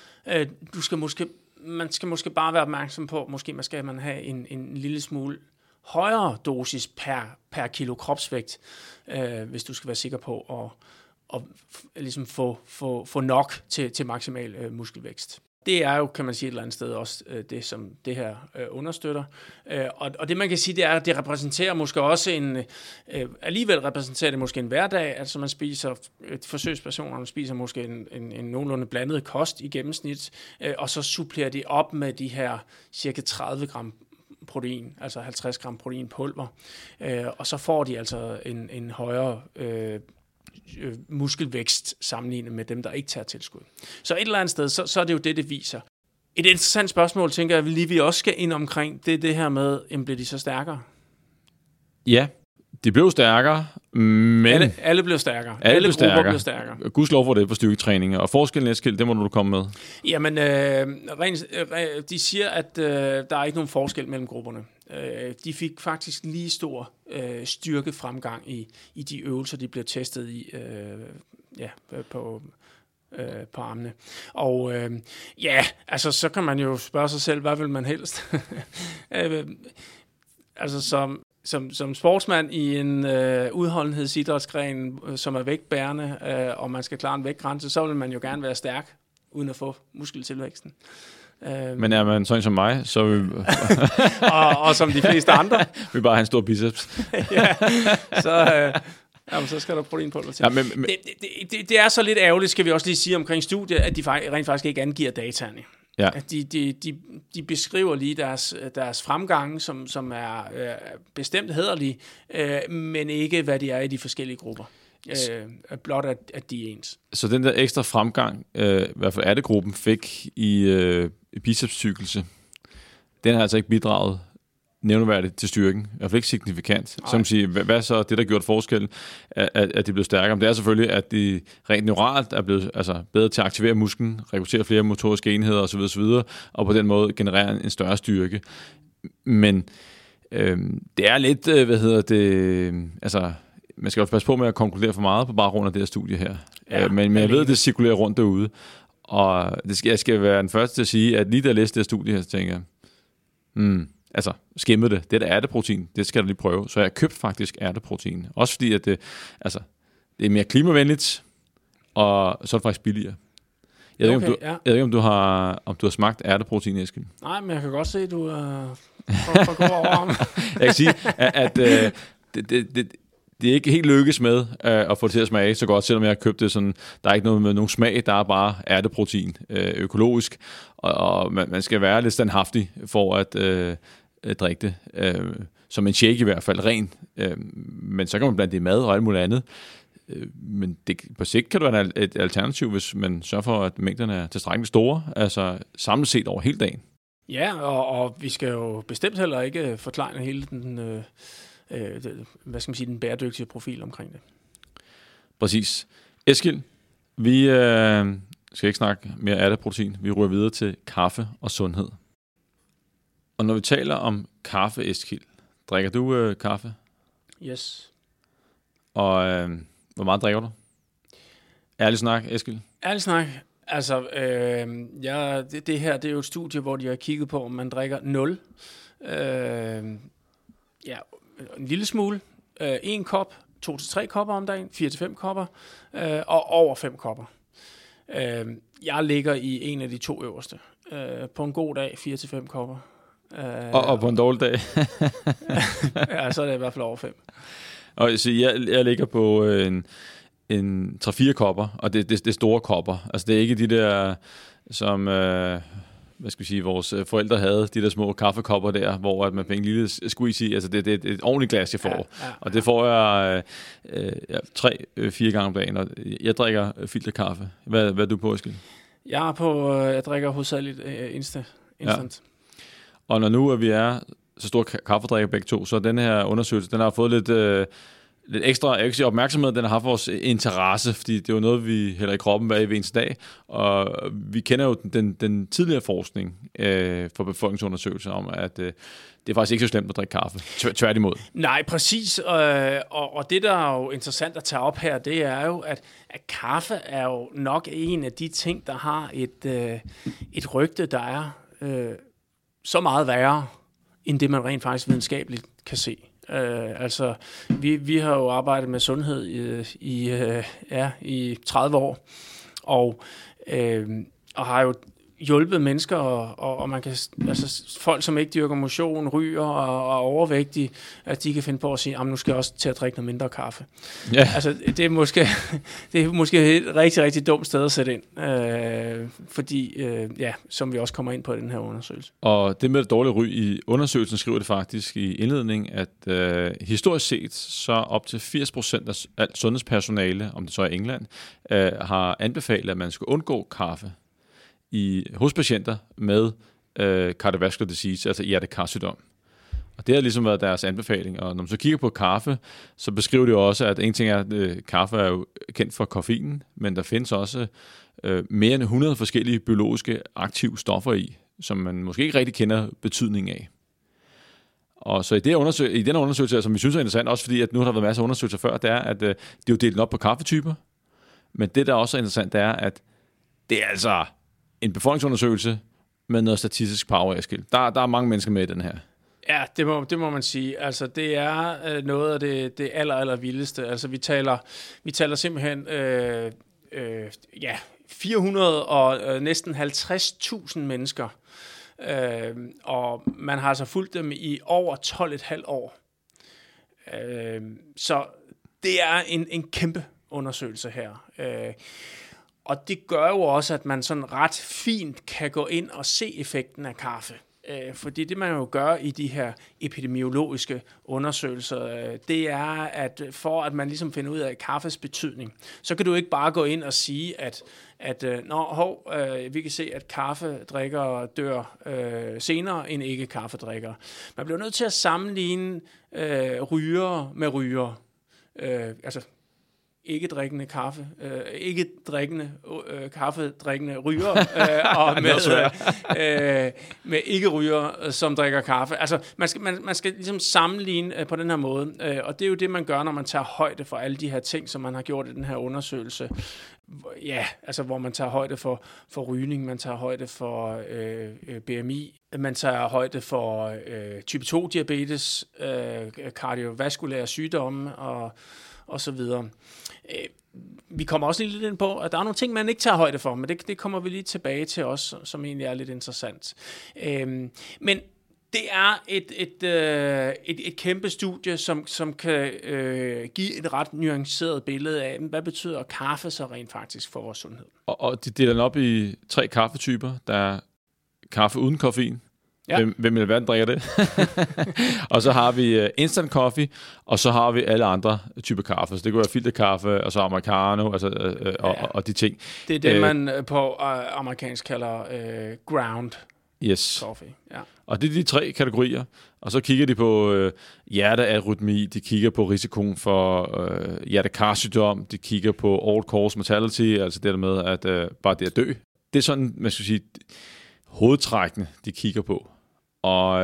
Man skal måske bare være opmærksom på, måske skal man have en lille smule højere dosis per kilo kropsvægt, hvis du skal være sikker på at ligesom få nok til maksimal muskelvækst. Det er jo, kan man sige et eller andet sted, også det, som det her understøtter. Og det, man kan sige, det er, at det repræsenterer måske også alligevel repræsenterer det måske en hverdag, altså man spiser, forsøgspersonerne spiser måske en nogenlunde blandet kost i gennemsnit, og så supplerer de op med de her cirka 30 gram protein, altså 50 gram proteinpulver, og så får de altså en højere muskelvækst sammenlignet med dem, der ikke tager tilskud. Så et eller andet sted, så er det jo det viser. Et interessant spørgsmål, tænker jeg, vi også skal ind omkring, det her med, bliver de så stærkere? Ja, de blev stærkere, men... Alle blev stærkere. Alle grupper blev stærkere. Gudslov for det på styrketræning. Og forskellen, Eskild, det må du komme med. Jamen, de siger, at der er ikke nogen forskel mellem grupperne. De fik faktisk lige stor styrkefremgang i de øvelser, de blev testet i på armene. Og altså så kan man jo spørge sig selv, hvad vil man helst? Altså som sportsmand i en udholdenhedsidrætsgren, som er vægtbærende, og man skal klare en vægtgrænse, så vil man jo gerne være stærk, uden at få muskeltilvæksten. Men er man sådan som mig, så vil... og som de fleste andre. Vi bare have en stor biceps. Så skal der proteinpulver til. Ja, det er så lidt ærgerligt, skal vi også lige sige omkring studiet, at de rent faktisk ikke angiver dataene. Ja. At de beskriver lige deres fremgang, som er bestemt hæderlige, men ikke hvad de er i de forskellige grupper. Blot at de er ens. Så den der ekstra fremgang, i hvert fald gruppen fik i bicepscyklelse, den har altså ikke bidraget nævneværdigt til styrken. I hvert fald ikke signifikant. Som siger, hvad er så det, der gjort forskel, at de blev stærkere? Men det er selvfølgelig, at de rent neuralt er blevet bedre til at aktivere musklen, rekruttere flere motoriske enheder osv., og på den måde generere en større styrke. Men det er lidt, man skal jo passe på med at konkludere for meget på baggrund af det her studie her. Ja, men jeg ved, at det cirkulerer rundt derude. Og jeg skal være den første til at sige, at lige da jeg læste det her studie her, så tænker jeg, skimmede det. Det er ærteprotein, det skal du lige prøve. Så jeg har købt faktisk ærteprotein. Også fordi, at det er mere klimavenligt, og så er det faktisk billigere. Jeg ved ikke, om du har smagt ærteprotein, Eskild. Nej, men jeg kan godt se, at du er for god over ham. Jeg kan sige, at det er ikke helt lykkes med at få det til at smage så godt, selvom jeg har købt det sådan, der er ikke noget med nogen smag, der er bare ærteprotein, økologisk, og man skal være lidt standhaftig for at drikke det, som en shake i hvert fald, ren, men så kan man blande det i mad og alt muligt andet, men på sigt kan det være et alternativ, hvis man sørger for, at mængderne er tilstrækkeligt store, altså samlet set over hele dagen. Ja, og vi skal jo bestemt heller ikke forklare hele den den bæredygtige profil omkring det. Præcis. Eskild, vi skal ikke snakke mere ærteprotein. Vi ryger videre til kaffe og sundhed. Og når vi taler om kaffe, Eskild, drikker du kaffe? Yes. Og hvor meget drikker du? Ærlig snak, Eskild? Ærlig snak. Altså, det her, det er jo et studie, hvor de har kigget på, om man drikker 0. En lille smule, 1 kop, 2-3 kopper om dagen, 4-5 kopper, og over 5 kopper. Jeg ligger i en af de 2 øverste. På en god dag, 4-5 kopper. Og på en dårlig dag? Ja, så er det i hvert fald over 5. Og så jeg ligger på en 3-4 kopper, og det er store kopper. Altså det er ikke de der, som vores forældre havde, de der små kaffekopper der, hvor at man fik en lille squeeze i. Altså det er et ordentligt glas, jeg får. Ja. Og det får jeg 3-4 gange om dagen, og jeg drikker filterkaffe. Hvad er du på, Eskild? Jeg drikker hovedsageligt instant. Ja. Og når nu vi er så store kaffedrikker begge to, så den her undersøgelse, den har fået lidt ekstra, jeg kan sige, opmærksomhed, den har haft vores interesse, fordi det er jo noget, vi hælder i kroppen hver eneste dag, og vi kender jo den tidligere forskning for befolkningsundersøgelser om, at det er faktisk ikke så slemt at drikke kaffe. Tværtimod. Nej, præcis. Og det, der er jo interessant at tage op her, det er jo, at kaffe er jo nok en af de ting, der har et rygte, der er så meget værre, end det man rent faktisk videnskabeligt kan se. Vi har jo arbejdet med sundhed i 30 år, og har jo hjulpet mennesker, og man kan, folk, som ikke dyrker motion, ryger og er overvægtige, at de kan finde på at sige, nu skal jeg også til at drikke noget mindre kaffe. Ja. Det er måske et rigtig, rigtig dumt sted at sætte ind, fordi, som vi også kommer ind på i den her undersøgelse. Og det med det dårlige ry i undersøgelsen skriver det faktisk i indledning, at historisk set, så op til 80% af alt sundhedspersonale, om det så er England, har anbefalet, at man skal undgå kaffe hos patienter med cardiovascular disease, altså hjertekarsygdom. Og det har ligesom været deres anbefaling. Og når man så kigger på kaffe, så beskriver det jo også, at en ting er, at kaffe er jo kendt for koffeinen, men der findes også mere end 100 forskellige biologiske aktive stoffer i, som man måske ikke rigtig kender betydningen af. Og så i den undersøgelse, som vi synes er interessant, også fordi at nu har der været masser af undersøgelser før, det er, at det er jo delt op på kaffetyper. Men det, der også er interessant, det er, at det er altså en befolkningsundersøgelse med noget statistisk power, Eskild. Der er mange mennesker med i den her. Ja, det må man sige. Altså, det er noget af det aller vildeste. Altså, vi taler simpelthen 400 og næsten 50.000 mennesker. Og man har altså fulgt dem i over 12,5 år. Så det er en kæmpe undersøgelse her. Og det gør jo også, at man sådan ret fint kan gå ind og se effekten af kaffe. Fordi det, man jo gør i de her epidemiologiske undersøgelser, det er, at for at man ligesom finder ud af kaffes betydning, så kan du ikke bare gå ind og sige, at vi kan se, at kaffedrikkere dør senere end ikke kaffedrikkere. Man bliver nødt til at sammenligne rygere med rygere. Ikke-drikkende kaffedrikkende ryger og med ikke-ryger, som drikker kaffe. Altså, man skal ligesom sammenligne på den her måde, og det er jo det, man gør, når man tager højde for alle de her ting, som man har gjort i den her undersøgelse. Ja, altså hvor man tager højde for rygning, man tager højde for BMI, man tager højde for type 2-diabetes, kardiovaskulære sygdomme og så videre. Vi kommer også lidt ind på, at der er nogle ting, man ikke tager højde for, men det kommer vi lige tilbage til også, som egentlig er lidt interessant. Men det er et kæmpe studie, som kan give et ret nuanceret billede af, hvad betyder kaffe så rent faktisk for vores sundhed. Og de deler den op i 3 kaffetyper. Der er kaffe uden koffein. Ja. Hvem i alverden drikker det? Og så har vi instant coffee, og så har vi alle andre typer kaffe. Så det kunne være filterkaffe, og så americano, og de ting. Det er det, man på amerikansk kalder ground coffee. Ja. Og det er de 3 kategorier. Og så kigger de på hjertearytmi, de kigger på risikoen for hjertekarsygdom, de kigger på all-cause mortality, altså det der med, at bare det at dø. Det er sådan, man skal sige, hovedtrækkene, de kigger på. Og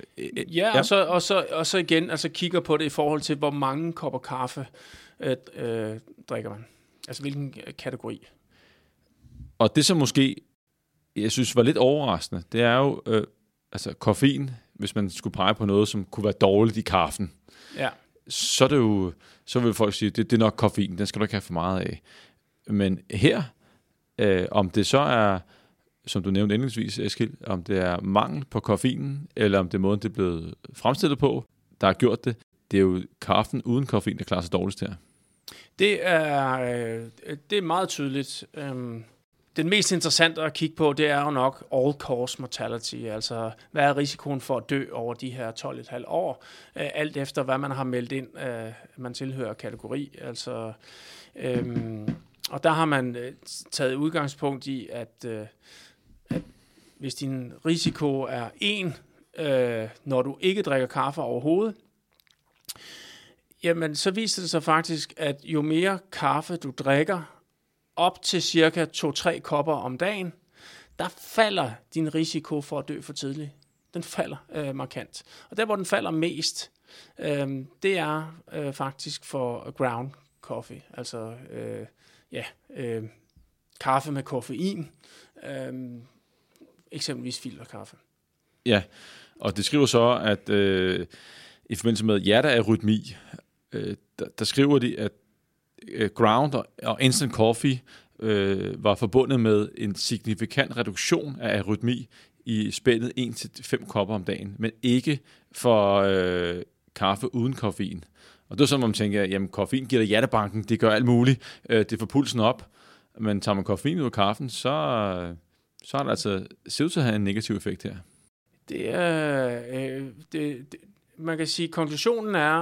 så igen, altså kigger på det i forhold til, hvor mange kopper kaffe drikker man. Altså hvilken kategori. Og det, som måske, jeg synes, var lidt overraskende, det er jo koffein, hvis man skulle pege på noget, som kunne være dårligt i kaffen. Ja. Så er det jo, så vil folk sige, det er nok koffein, den skal du ikke have for meget af. Men her, om det så er, som du nævnte indledningsvis, Eskild, om det er mangel på koffeinen, eller om det er måden, det er blevet fremstillet på, der har gjort det. Det er jo kaffen uden koffein, der klarer sig dårligst her. Det er meget tydeligt. Den mest interessante at kigge på, det er jo nok all-cause mortality, altså hvad er risikoen for at dø over de her 12,5 år, alt efter hvad man har meldt ind, man tilhører kategori. Altså, og der har man taget udgangspunkt i, at hvis din risiko er 1, når du ikke drikker kaffe overhovedet, jamen så viser det sig faktisk, at jo mere kaffe du drikker, op til cirka 2-3 kopper om dagen, der falder din risiko for at dø for tidligt. Den falder markant. Og der, hvor den falder mest, det er faktisk for ground coffee, altså kaffe med koffein, eksempelvis filterkaffe. Ja, og det skriver så, at i forbindelse med hjertearytmi, der skriver de, at ground og instant coffee var forbundet med en signifikant reduktion af arytmi i spændet 1-5 kopper om dagen, men ikke for kaffe uden koffein. Og det er sådan, hvor man tænker, jamen koffein giver dig hjertebanken, det gør alt muligt, det får pulsen op, men tager man koffein ud af kaffen, så er det altså ser ud til at have en negativ effekt her. Det er, man kan sige, konklusionen er,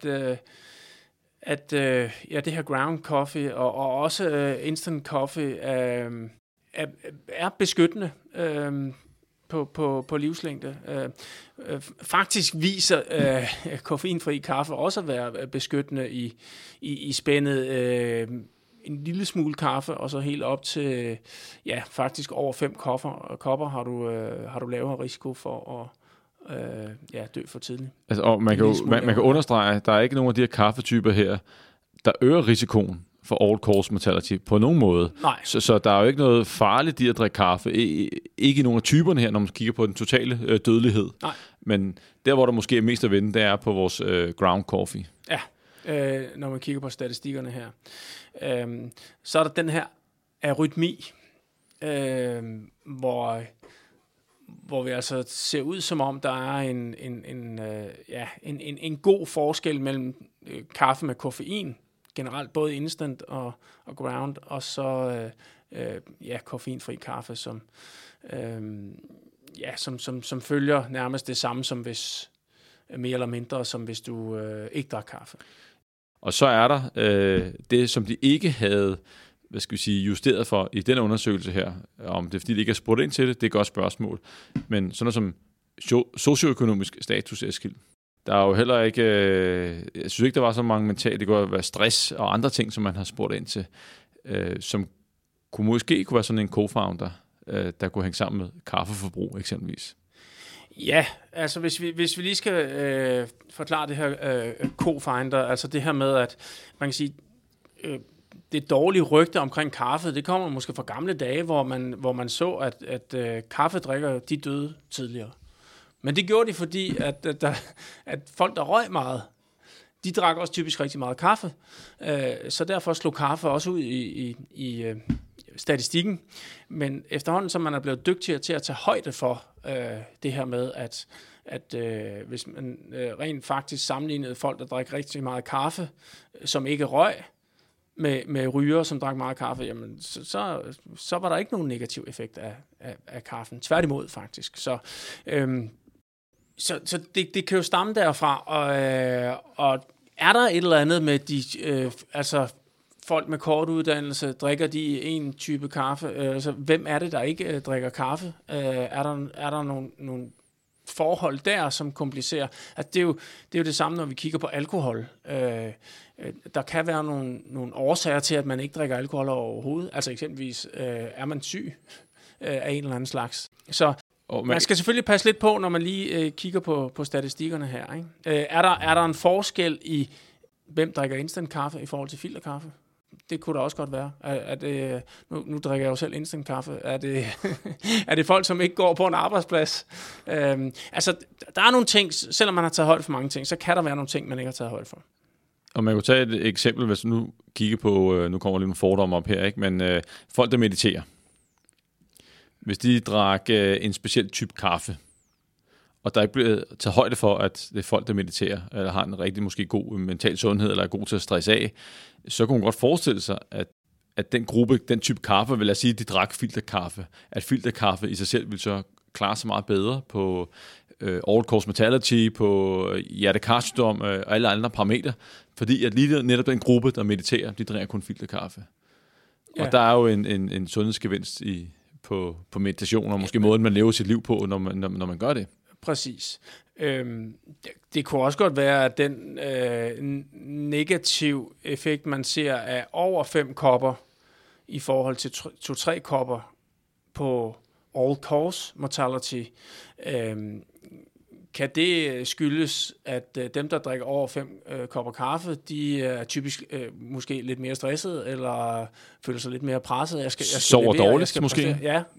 at det her ground coffee og også instant coffee er beskyttende på livslængde. Faktisk viser koffeinfri kaffe også at være beskyttende i spændet en lille smule kaffe, og så helt op til faktisk over 5 kopper har du lavere risiko for at dø for tidligt. Altså, og man kan understrege, at der er ikke nogen af de her kaffetyper her, der øger risikoen for all-cause mortality på nogen måde. Nej. Så der er jo ikke noget farligt i at drikke kaffe. Ikke i nogen af typerne her, når man kigger på den totale dødelighed. Nej. Men der, hvor der måske er mest at vinde, det er på vores ground coffee. Ja, når man kigger på statistikkerne her. Så er der den her arytmi, hvor vi altså ser ud som om, der er en god forskel mellem kaffe med koffein, generelt både instant og ground, og så koffeinfri kaffe, som følger nærmest det samme som hvis mere eller mindre, som hvis du ikke drak kaffe. Og så er der det, som de ikke havde justeret for i den undersøgelse her, om det er fordi, de ikke har spurgt ind til det er et godt spørgsmål. Men sådan noget som socioøkonomisk status, Eskild. Der er jo heller ikke, jeg synes ikke, der var så mange mentale, det kunne være stress og andre ting, som man har spurgt ind til, som måske kunne være sådan en co-founder, der kunne hænge sammen med kaffeforbrug eksempelvis. Ja, altså hvis vi lige skal forklare det her co-founder, altså det her med, at man kan sige, det dårlige rygte omkring kaffe, det kommer måske fra gamle dage, hvor man så, at kaffedrikker, de døde tidligere. Men det gjorde de, fordi at folk, der røg meget, de drak også typisk rigtig meget kaffe. Så derfor slog kaffe også ud i statistikken. Men efterhånden, som man er blevet dygtigere til at tage højde for det her med, at hvis man rent faktisk sammenlignede folk, der drak rigtig meget kaffe, som ikke røg, med ryger, som drak meget kaffe, jamen, så var der ikke nogen negativ effekt af kaffen. Tværtimod, faktisk. Så det kan jo stamme derfra, og er der et eller andet med de, folk med kort uddannelse, drikker de en type kaffe? Altså, hvem er det, der ikke drikker kaffe? Er der nogle forhold der, som komplicerer? Altså, det er jo det samme, når vi kigger på alkohol. Der kan være nogle årsager til, at man ikke drikker alkohol overhovedet. Altså eksempelvis, er man syg af en eller anden slags. Så man skal selvfølgelig passe lidt på, når man lige kigger på statistikkerne her. Ikke? Er der en forskel i, hvem drikker instant kaffe i forhold til filterkaffe? Det kunne da også godt være. Nu drikker jeg jo selv instant kaffe. Er det folk, som ikke går på en arbejdsplads? Altså, der er nogle ting, selvom man har taget højde for mange ting, så kan der være nogle ting, man ikke har taget højde for. Og man kunne tage et eksempel, hvis du nu kigger på, nu kommer lidt nogle fordomme op her, ikke? Men folk, der mediterer. Hvis de drak en speciel type kaffe, og der ikke bliver taget højde for, at det er folk, der mediterer, eller har en rigtig måske god mental sundhed, eller er god til at stresse af, så kunne man godt forestille sig, at den gruppe, den type kaffe, vil jeg sige, de drak filterkaffe. At filterkaffe i sig selv vil så klare sig meget bedre på all-cause mortality, på hjertekarsygdom og alle andre parametre, fordi at lige netop den gruppe, der mediterer, de drikker kun filterkaffe. Ja. Og der er jo en sundhedsgevinst på meditation, og måske måden, man lever sit liv på, når man gør det. Præcis. Det kunne også godt være, at den negativ effekt, man ser af over 5 kopper i forhold til 2-3 kopper på all-cause mortality, kan det skyldes, at dem, der drikker over 5 kopper kaffe, de er typisk måske lidt mere stressede, eller føler sig lidt mere presset. Jeg skal sover dårligt måske?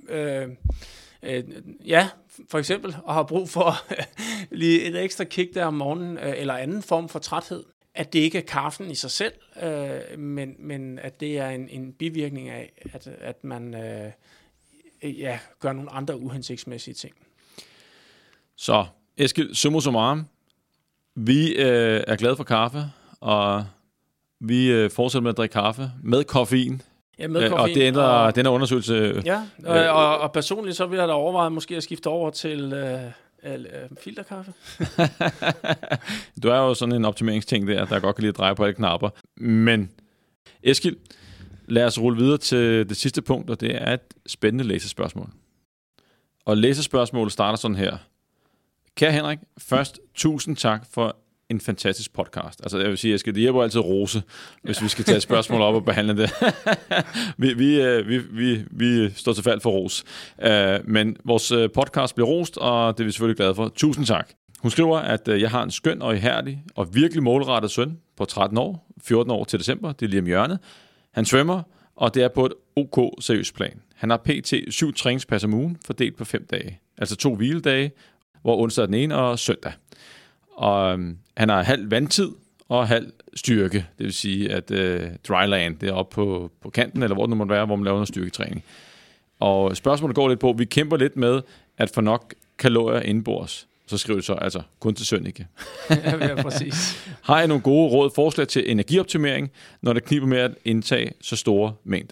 Ja, for eksempel, og har brug for lige et ekstra kick der om morgenen, eller anden form for træthed. At det ikke er kaffen i sig selv, men at det er en bivirkning af, at man gør nogle andre uhensigtsmæssige ting. Så, Eskild, summa summarum, vi er glade for kaffe, og vi fortsætter med at drikke kaffe med koffein. Ja, med koffein. Og det ændrer den her undersøgelse. Ja, og personligt så vil jeg da overveje måske at skifte over til filterkaffe. Du er jo sådan en optimeringsting der godt kan lide at dreje på alle knapper. Men Eskild, lad os rulle videre til det sidste punkt, og det er et spændende læsespørgsmål. Og læsespørgsmålet starter sådan her. Kære Henrik, først 1000 tak for en fantastisk podcast. Altså jeg vil sige, det hjælper altid rose, hvis vi skal tage et spørgsmål op og behandle det. vi står til fald for ros. Men vores podcast bliver rost, og det er vi selvfølgelig glade for. 1000 tak. Hun skriver, at jeg har en skøn og ihærdig og virkelig målrettet søn på 13 år, 14 år til december, det er lige om hjørnet. Han svømmer, og det er på et OK seriøst plan. Han har pt. 7 træningspas om ugen, fordelt på 5 dage. Altså 2 hviledage, hvor onsdag er den ene og søndag. Og han har halv vandtid og halv styrke. Det vil sige, at dryland, det er oppe på kanten, eller hvor det nu måtte være, hvor man laver noget styrketræning. Og spørgsmålet går lidt på, vi kæmper lidt med at få nok kalorier indenbords. Så skriver du så, altså kun til Sønneke. Ja, præcis. Har I nogle gode råd, forslag til energioptimering, når det kniber med at indtage så store mængder?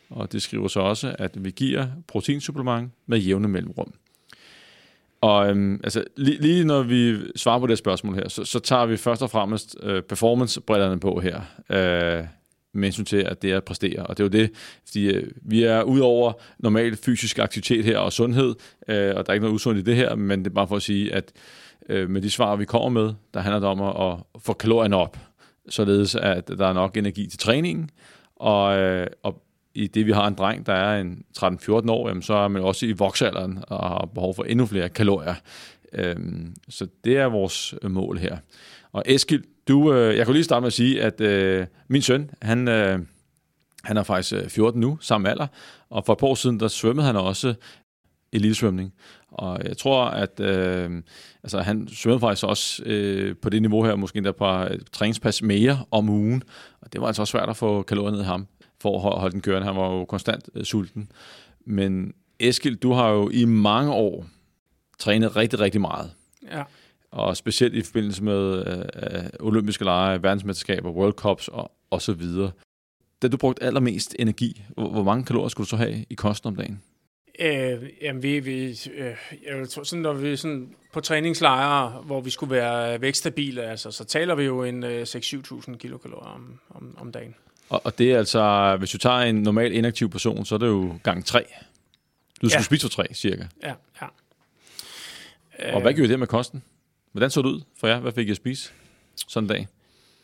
og det skriver så også, at vi giver proteinsupplement med jævne mellemrum. Og altså, lige når vi svarer på det spørgsmål her, så tager vi først og fremmest performance-brillerne på her, med hensyn til, at det er at præstere. Og det er jo det, fordi vi er ud over normal fysisk aktivitet her og sundhed, og der er ikke noget usundt i det her, men det er bare for at sige, at med de svar, vi kommer med, der handler det om at få kalorierne op, således at der er nok energi til træningen, og i det, vi har en dreng, der er en 13-14 år, jamen, så er man også i voksalderen og har behov for endnu flere kalorier. Så det er vores mål her. Og Eskild, jeg kan lige starte med at sige, at min søn, han er faktisk 14 nu, samme alder, og for et par år siden, der svømmede han også elitesvømning. Og jeg tror, at han svømmede faktisk også på det niveau her, måske endda på træningspas mere om ugen, og det var altså også svært at få kalorier ned i ham, for at holde den kørende. Han var jo konstant sulten. Men Eskild, du har jo i mange år trænet rigtig, rigtig meget. Ja. Og specielt i forbindelse med olympiske lege, verdensmesterskaber, World Cups og så videre. Da du brugte allermest energi, hvor mange kalorier skulle du så have i kosten om dagen? Jamen, når vi er sådan på træningslejre, hvor vi skulle være vækststabile, altså, så taler vi jo en 6-7.000 kilokalorier om dagen. Og det er altså, hvis du tager en normal inaktiv person, så er det jo gang 3. Du skulle spise for 3, cirka. Ja. Og hvad gjorde det med kosten? Hvordan så det ud for jer? Hvad fik I at spise sådan en dag?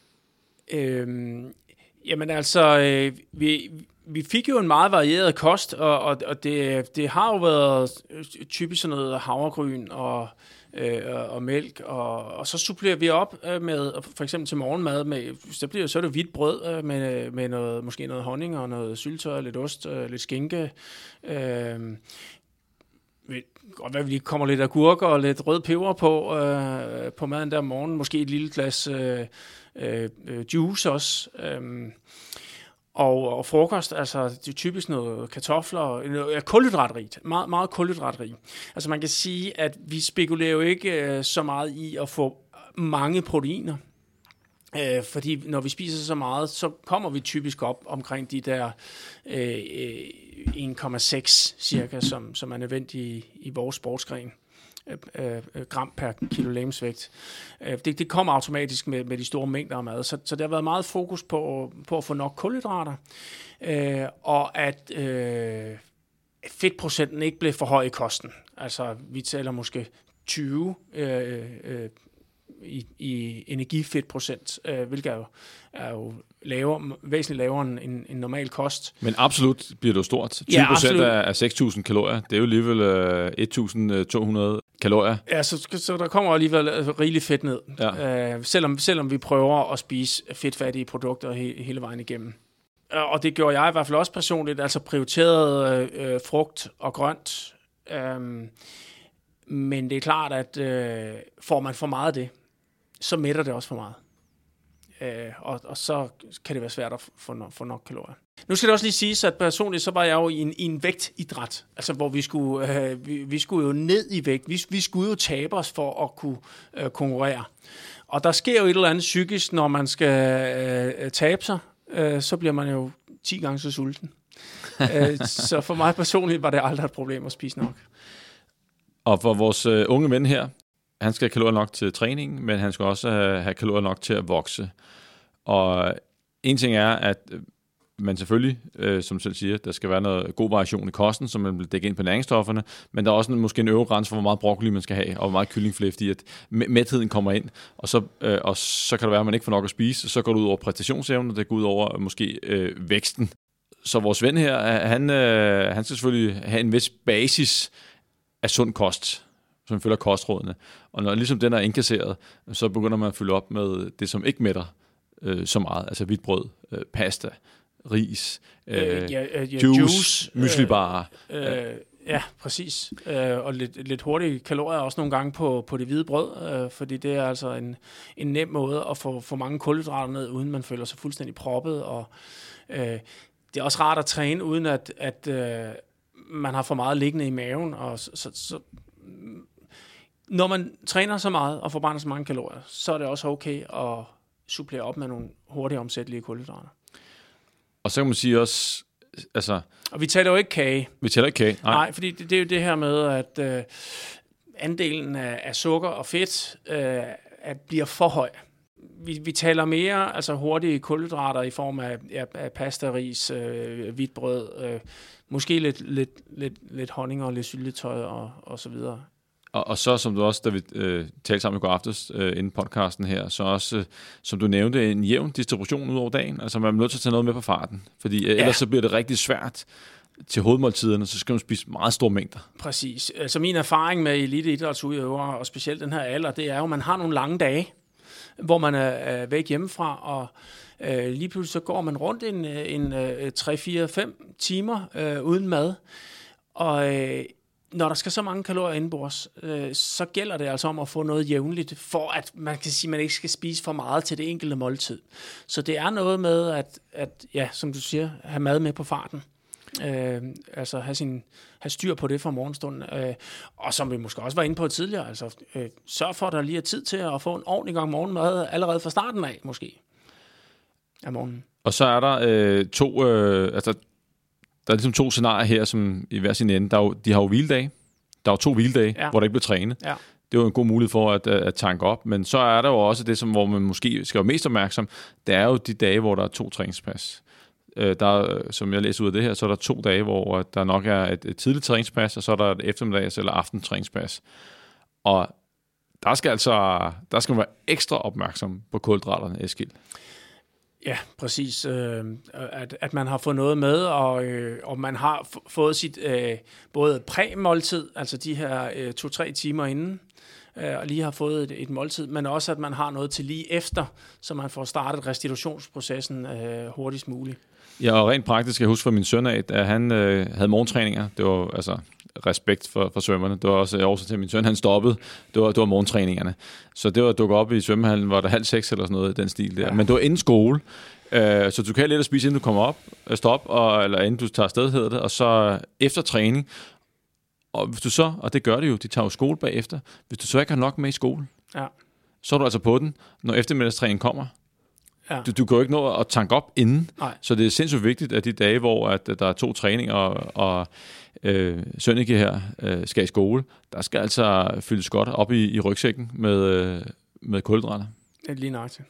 Jamen altså, vi fik jo en meget varieret kost, og det har jo været typisk sådan noget havregryn og mælk, og så supplerer vi op med, for eksempel til morgenmad, så er det hvidt brød med noget, måske noget honning og noget syltetøj, lidt ost, lidt skinke. Godt være, vi lige kommer lidt agurker og lidt rød peber på maden der om morgenen. Måske et lille glas juice også. Og frokost, altså det er typisk noget kartofler, kulhydratrigt, meget, meget kulhydratrigt. Altså man kan sige, at vi spekulerer jo ikke så meget i at få mange proteiner. Fordi når vi spiser så meget, så kommer vi typisk op omkring de der 1,6 cirka, som er nødvendige i vores sportsgren. Gram per kilo legemsvægt. Det kommer automatisk med de store mængder af mad, så det har været meget fokus på at få nok kulhydrater, og at fedtprocenten ikke blev for høj i kosten. Altså, vi taler måske 20 i energifedtprocent, hvilket er jo væsentligt lavere end normal kost. Men absolut bliver det jo stort. 20% af 6.000 kalorier, det er jo alligevel 1.200 kalorier. Ja, så der kommer alligevel rigeligt fedt ned, selvom vi prøver at spise fedtfattige produkter hele vejen igennem. Og det gjorde jeg i hvert fald også personligt, altså prioriteret frugt og grønt. Men det er klart, at får man for meget af det, så mætter det også for meget. Og så kan det være svært at få nok kalorier. Nu skal det også lige siges, at personligt så var jeg jo i en vægtidræt, altså hvor vi skulle jo ned i vægt. Vi skulle jo tabe os for at kunne konkurrere. Og der sker jo et eller andet psykisk, når man skal tabe sig, så bliver man jo 10 gange så sulten. Så for mig personligt var det aldrig et problem at spise nok. Og for vores unge ven her, han skal have kalorier nok til træningen, men han skal også have kalorier nok til at vokse. Og en ting er, at man selvfølgelig, som du selv siger, der skal være noget god variation i kosten, så man vil dække ind på næringsstofferne, men der er også måske en øvre grænse for, hvor meget broccoli man skal have, og hvor meget kyllingfilet, fordi at mætheden kommer ind, og så kan det være, at man ikke får nok at spise, så går det ud over præstationsevnen, og det går ud over måske væksten. Så vores ven her, han skal selvfølgelig have en vis basis af sund kost, som følger kostrådene. Og når ligesom den er indkasseret, så begynder man at fylde op med det, som ikke mætter så meget. Altså hvidt brød, pasta, ris, juice, myslibarer. Ja, præcis. Og lidt hurtige kalorier også nogle gange på det hvide brød, fordi det er altså en nem måde at få mange kulhydrater ned, uden man føler sig fuldstændig proppet. Og det er også rart at træne, uden at man har for meget liggende i maven. Og så når man træner så meget og forbrænder så mange kalorier, så er det også okay at supplere op med nogle hurtigt omsættelige kulhydrater. Og så kan man sige også, altså... Og vi taler jo ikke kage. Vi taler ikke kage, nej. Nej, fordi det er jo det her med, at andelen af sukker og fedt bliver for høj. Vi taler mere altså hurtige kulhydrater i form af pasta, ris, hvidt brød, måske lidt honning og lidt syltetøj og så videre. Og så, som du også, da vi talte sammen i går aftes inden podcasten her, så også, som du nævnte, en jævn distribution ud over dagen. Altså man er nødt til at tage noget med på farten, fordi ellers så bliver det rigtig svært til hovedmåltiderne, så skal man spise meget store mængder. Præcis. Altså min erfaring med eliteidrætsudøvere, og specielt den her alder, det er jo, at man har nogle lange dage, hvor man er væk hjemmefra, og lige pludselig så går man rundt en 3-4-5 timer uden mad, og når der skal så mange kalorier indenbords, så gælder det altså om at få noget jævnligt, for at man kan sige, at man ikke skal spise for meget til det enkelte måltid. Så det er noget med, at ja, som du siger, have mad med på farten. Altså have styr på det fra morgenstunden. Og som vi måske også var inde på tidligere, altså sørg for, at der lige er tid til at få en ordentlig gang morgenmad allerede fra starten af, måske, af morgenen. Og så er der der er ligesom 2 scenarier her, som i hver sin ende. De har jo hviledage. Der er jo 2 hviledage, hvor der ikke bliver trænet. Ja. Det er jo en god mulighed for at tanke op. Men så er der jo også det, hvor man måske skal være mest opmærksom. Det er jo de dage, hvor der er 2 træningspas. Som jeg læser ud af det her, så er der 2 dage, hvor der nok er et tidligt træningspas, og så er der et eftermiddags- eller aftentræningspas. Og der skal man være ekstra opmærksom på kulhydraterne, Eskild. Ja, præcis. At man har fået noget med, og man har fået sit både præmåltid, altså de her 2-3 timer inden, og lige har fået et måltid, men også at man har noget til lige efter, så man får startet restitutionsprocessen hurtigst muligt. Ja, og rent praktisk, jeg husker fra min søn af, at han havde morgentræninger. Det var altså respekt for svømmerne. Det var også årsag til, at min søn han stoppede. Det var morgentræningerne. Så det var at dukke op i svømmehallen, var der 5:30 eller sådan noget i den stil der. Ja. Men det var inden skole. Så du kan lidt at spise, inden du kommer op, eller inden du tager afsted, hedder det, og så efter træning. Og hvis du så, og det gør det jo, de tager jo skole bagefter, hvis du så ikke har nok med i skole, så er du altså på den, når eftermiddagstræningen kommer. Ja. Du kan jo ikke nå at tanke op inden. Nej. Så det er sindssygt vigtigt, at de dage, hvor at der er 2 træninger, og Sønneke her skal i skole, der skal altså fyldes godt op i rygsækken med kulhydrater. Lige nøjagtigt.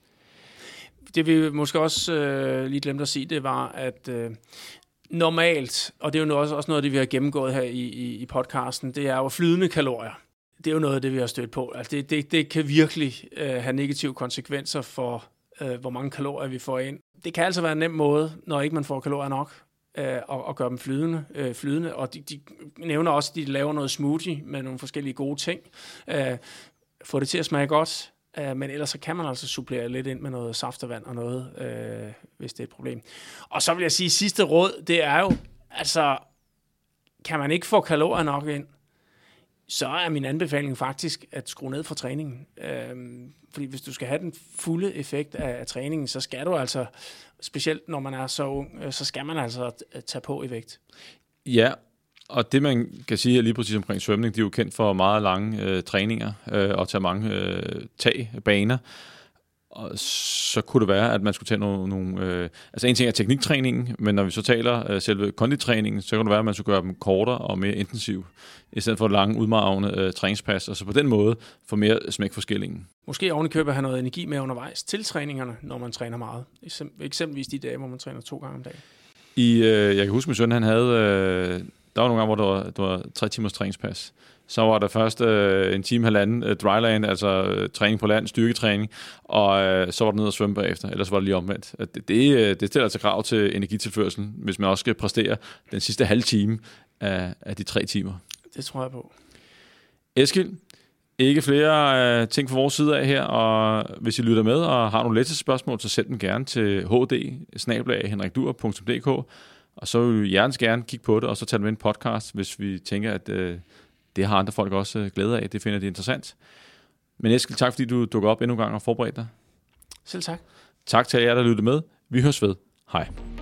Det vi måske også lige glemte at sige, det var, at normalt, og det er jo også noget af det, vi har gennemgået her i podcasten, det er jo flydende kalorier. Det er jo noget af det, vi har stødt på. Altså det kan virkelig have negative konsekvenser for, hvor mange kalorier vi får ind. Det kan altså være en nem måde, når ikke man får kalorier nok, at gøre dem flydende. Og de nævner også, at de laver noget smoothie med nogle forskellige gode ting. Få det til at smage godt, men ellers så kan man altså supplere lidt ind med noget saftevand og noget, hvis det er et problem. Og så vil jeg sige, sidste råd, det er jo, altså, kan man ikke få kalorier nok ind, så er min anbefaling faktisk at skrue ned for træningen. Fordi hvis du skal have den fulde effekt af træningen, så skal du altså, specielt når man er så ung, så skal man altså tage på i vægt. Ja, og det man kan sige lige præcis omkring svømning, de er jo kendt for meget lange træninger og tage mange tagbaner. Og så kunne det være, at man skulle tage nogle altså en ting er tekniktræningen, men når vi så taler selve konditræningen, så kan det være, at man skulle gøre dem kortere og mere intensiv, i stedet for lange, udmarvende træningspas, og så på den måde få mere smæk for skillingen. Måske oven i købet have noget energi med undervejs til træningerne, når man træner meget. Eksempelvis de dage, hvor man træner 2 gange om dagen. Jeg kan huske, min søn, han havde... Der var nogle gange, hvor der var 3 timers træningspas. Så var der først en time, halvanden dryland, altså træning på land, styrketræning, og så var der ned og svømme bagefter, ellers var det lige omvendt. Det stiller altså krav til energitilførselen, hvis man også skal præstere den sidste halve time af de 3 timer. Det tror jeg på. Eskild, ikke flere ting fra vores side af her, og hvis I lytter med og har nogle lette spørgsmål, så send dem gerne til hd@henrikdur.dk, og så vil vi gerne kigge på det, og så tage dem ind i en podcast, hvis vi tænker, at det har andre folk også glæde af. Det finder de interessant. Men Eskild, tak fordi du dukker op endnu en gang og forberedte dig. Selv tak. Tak til jer, der lyttede med. Vi høres ved. Hej.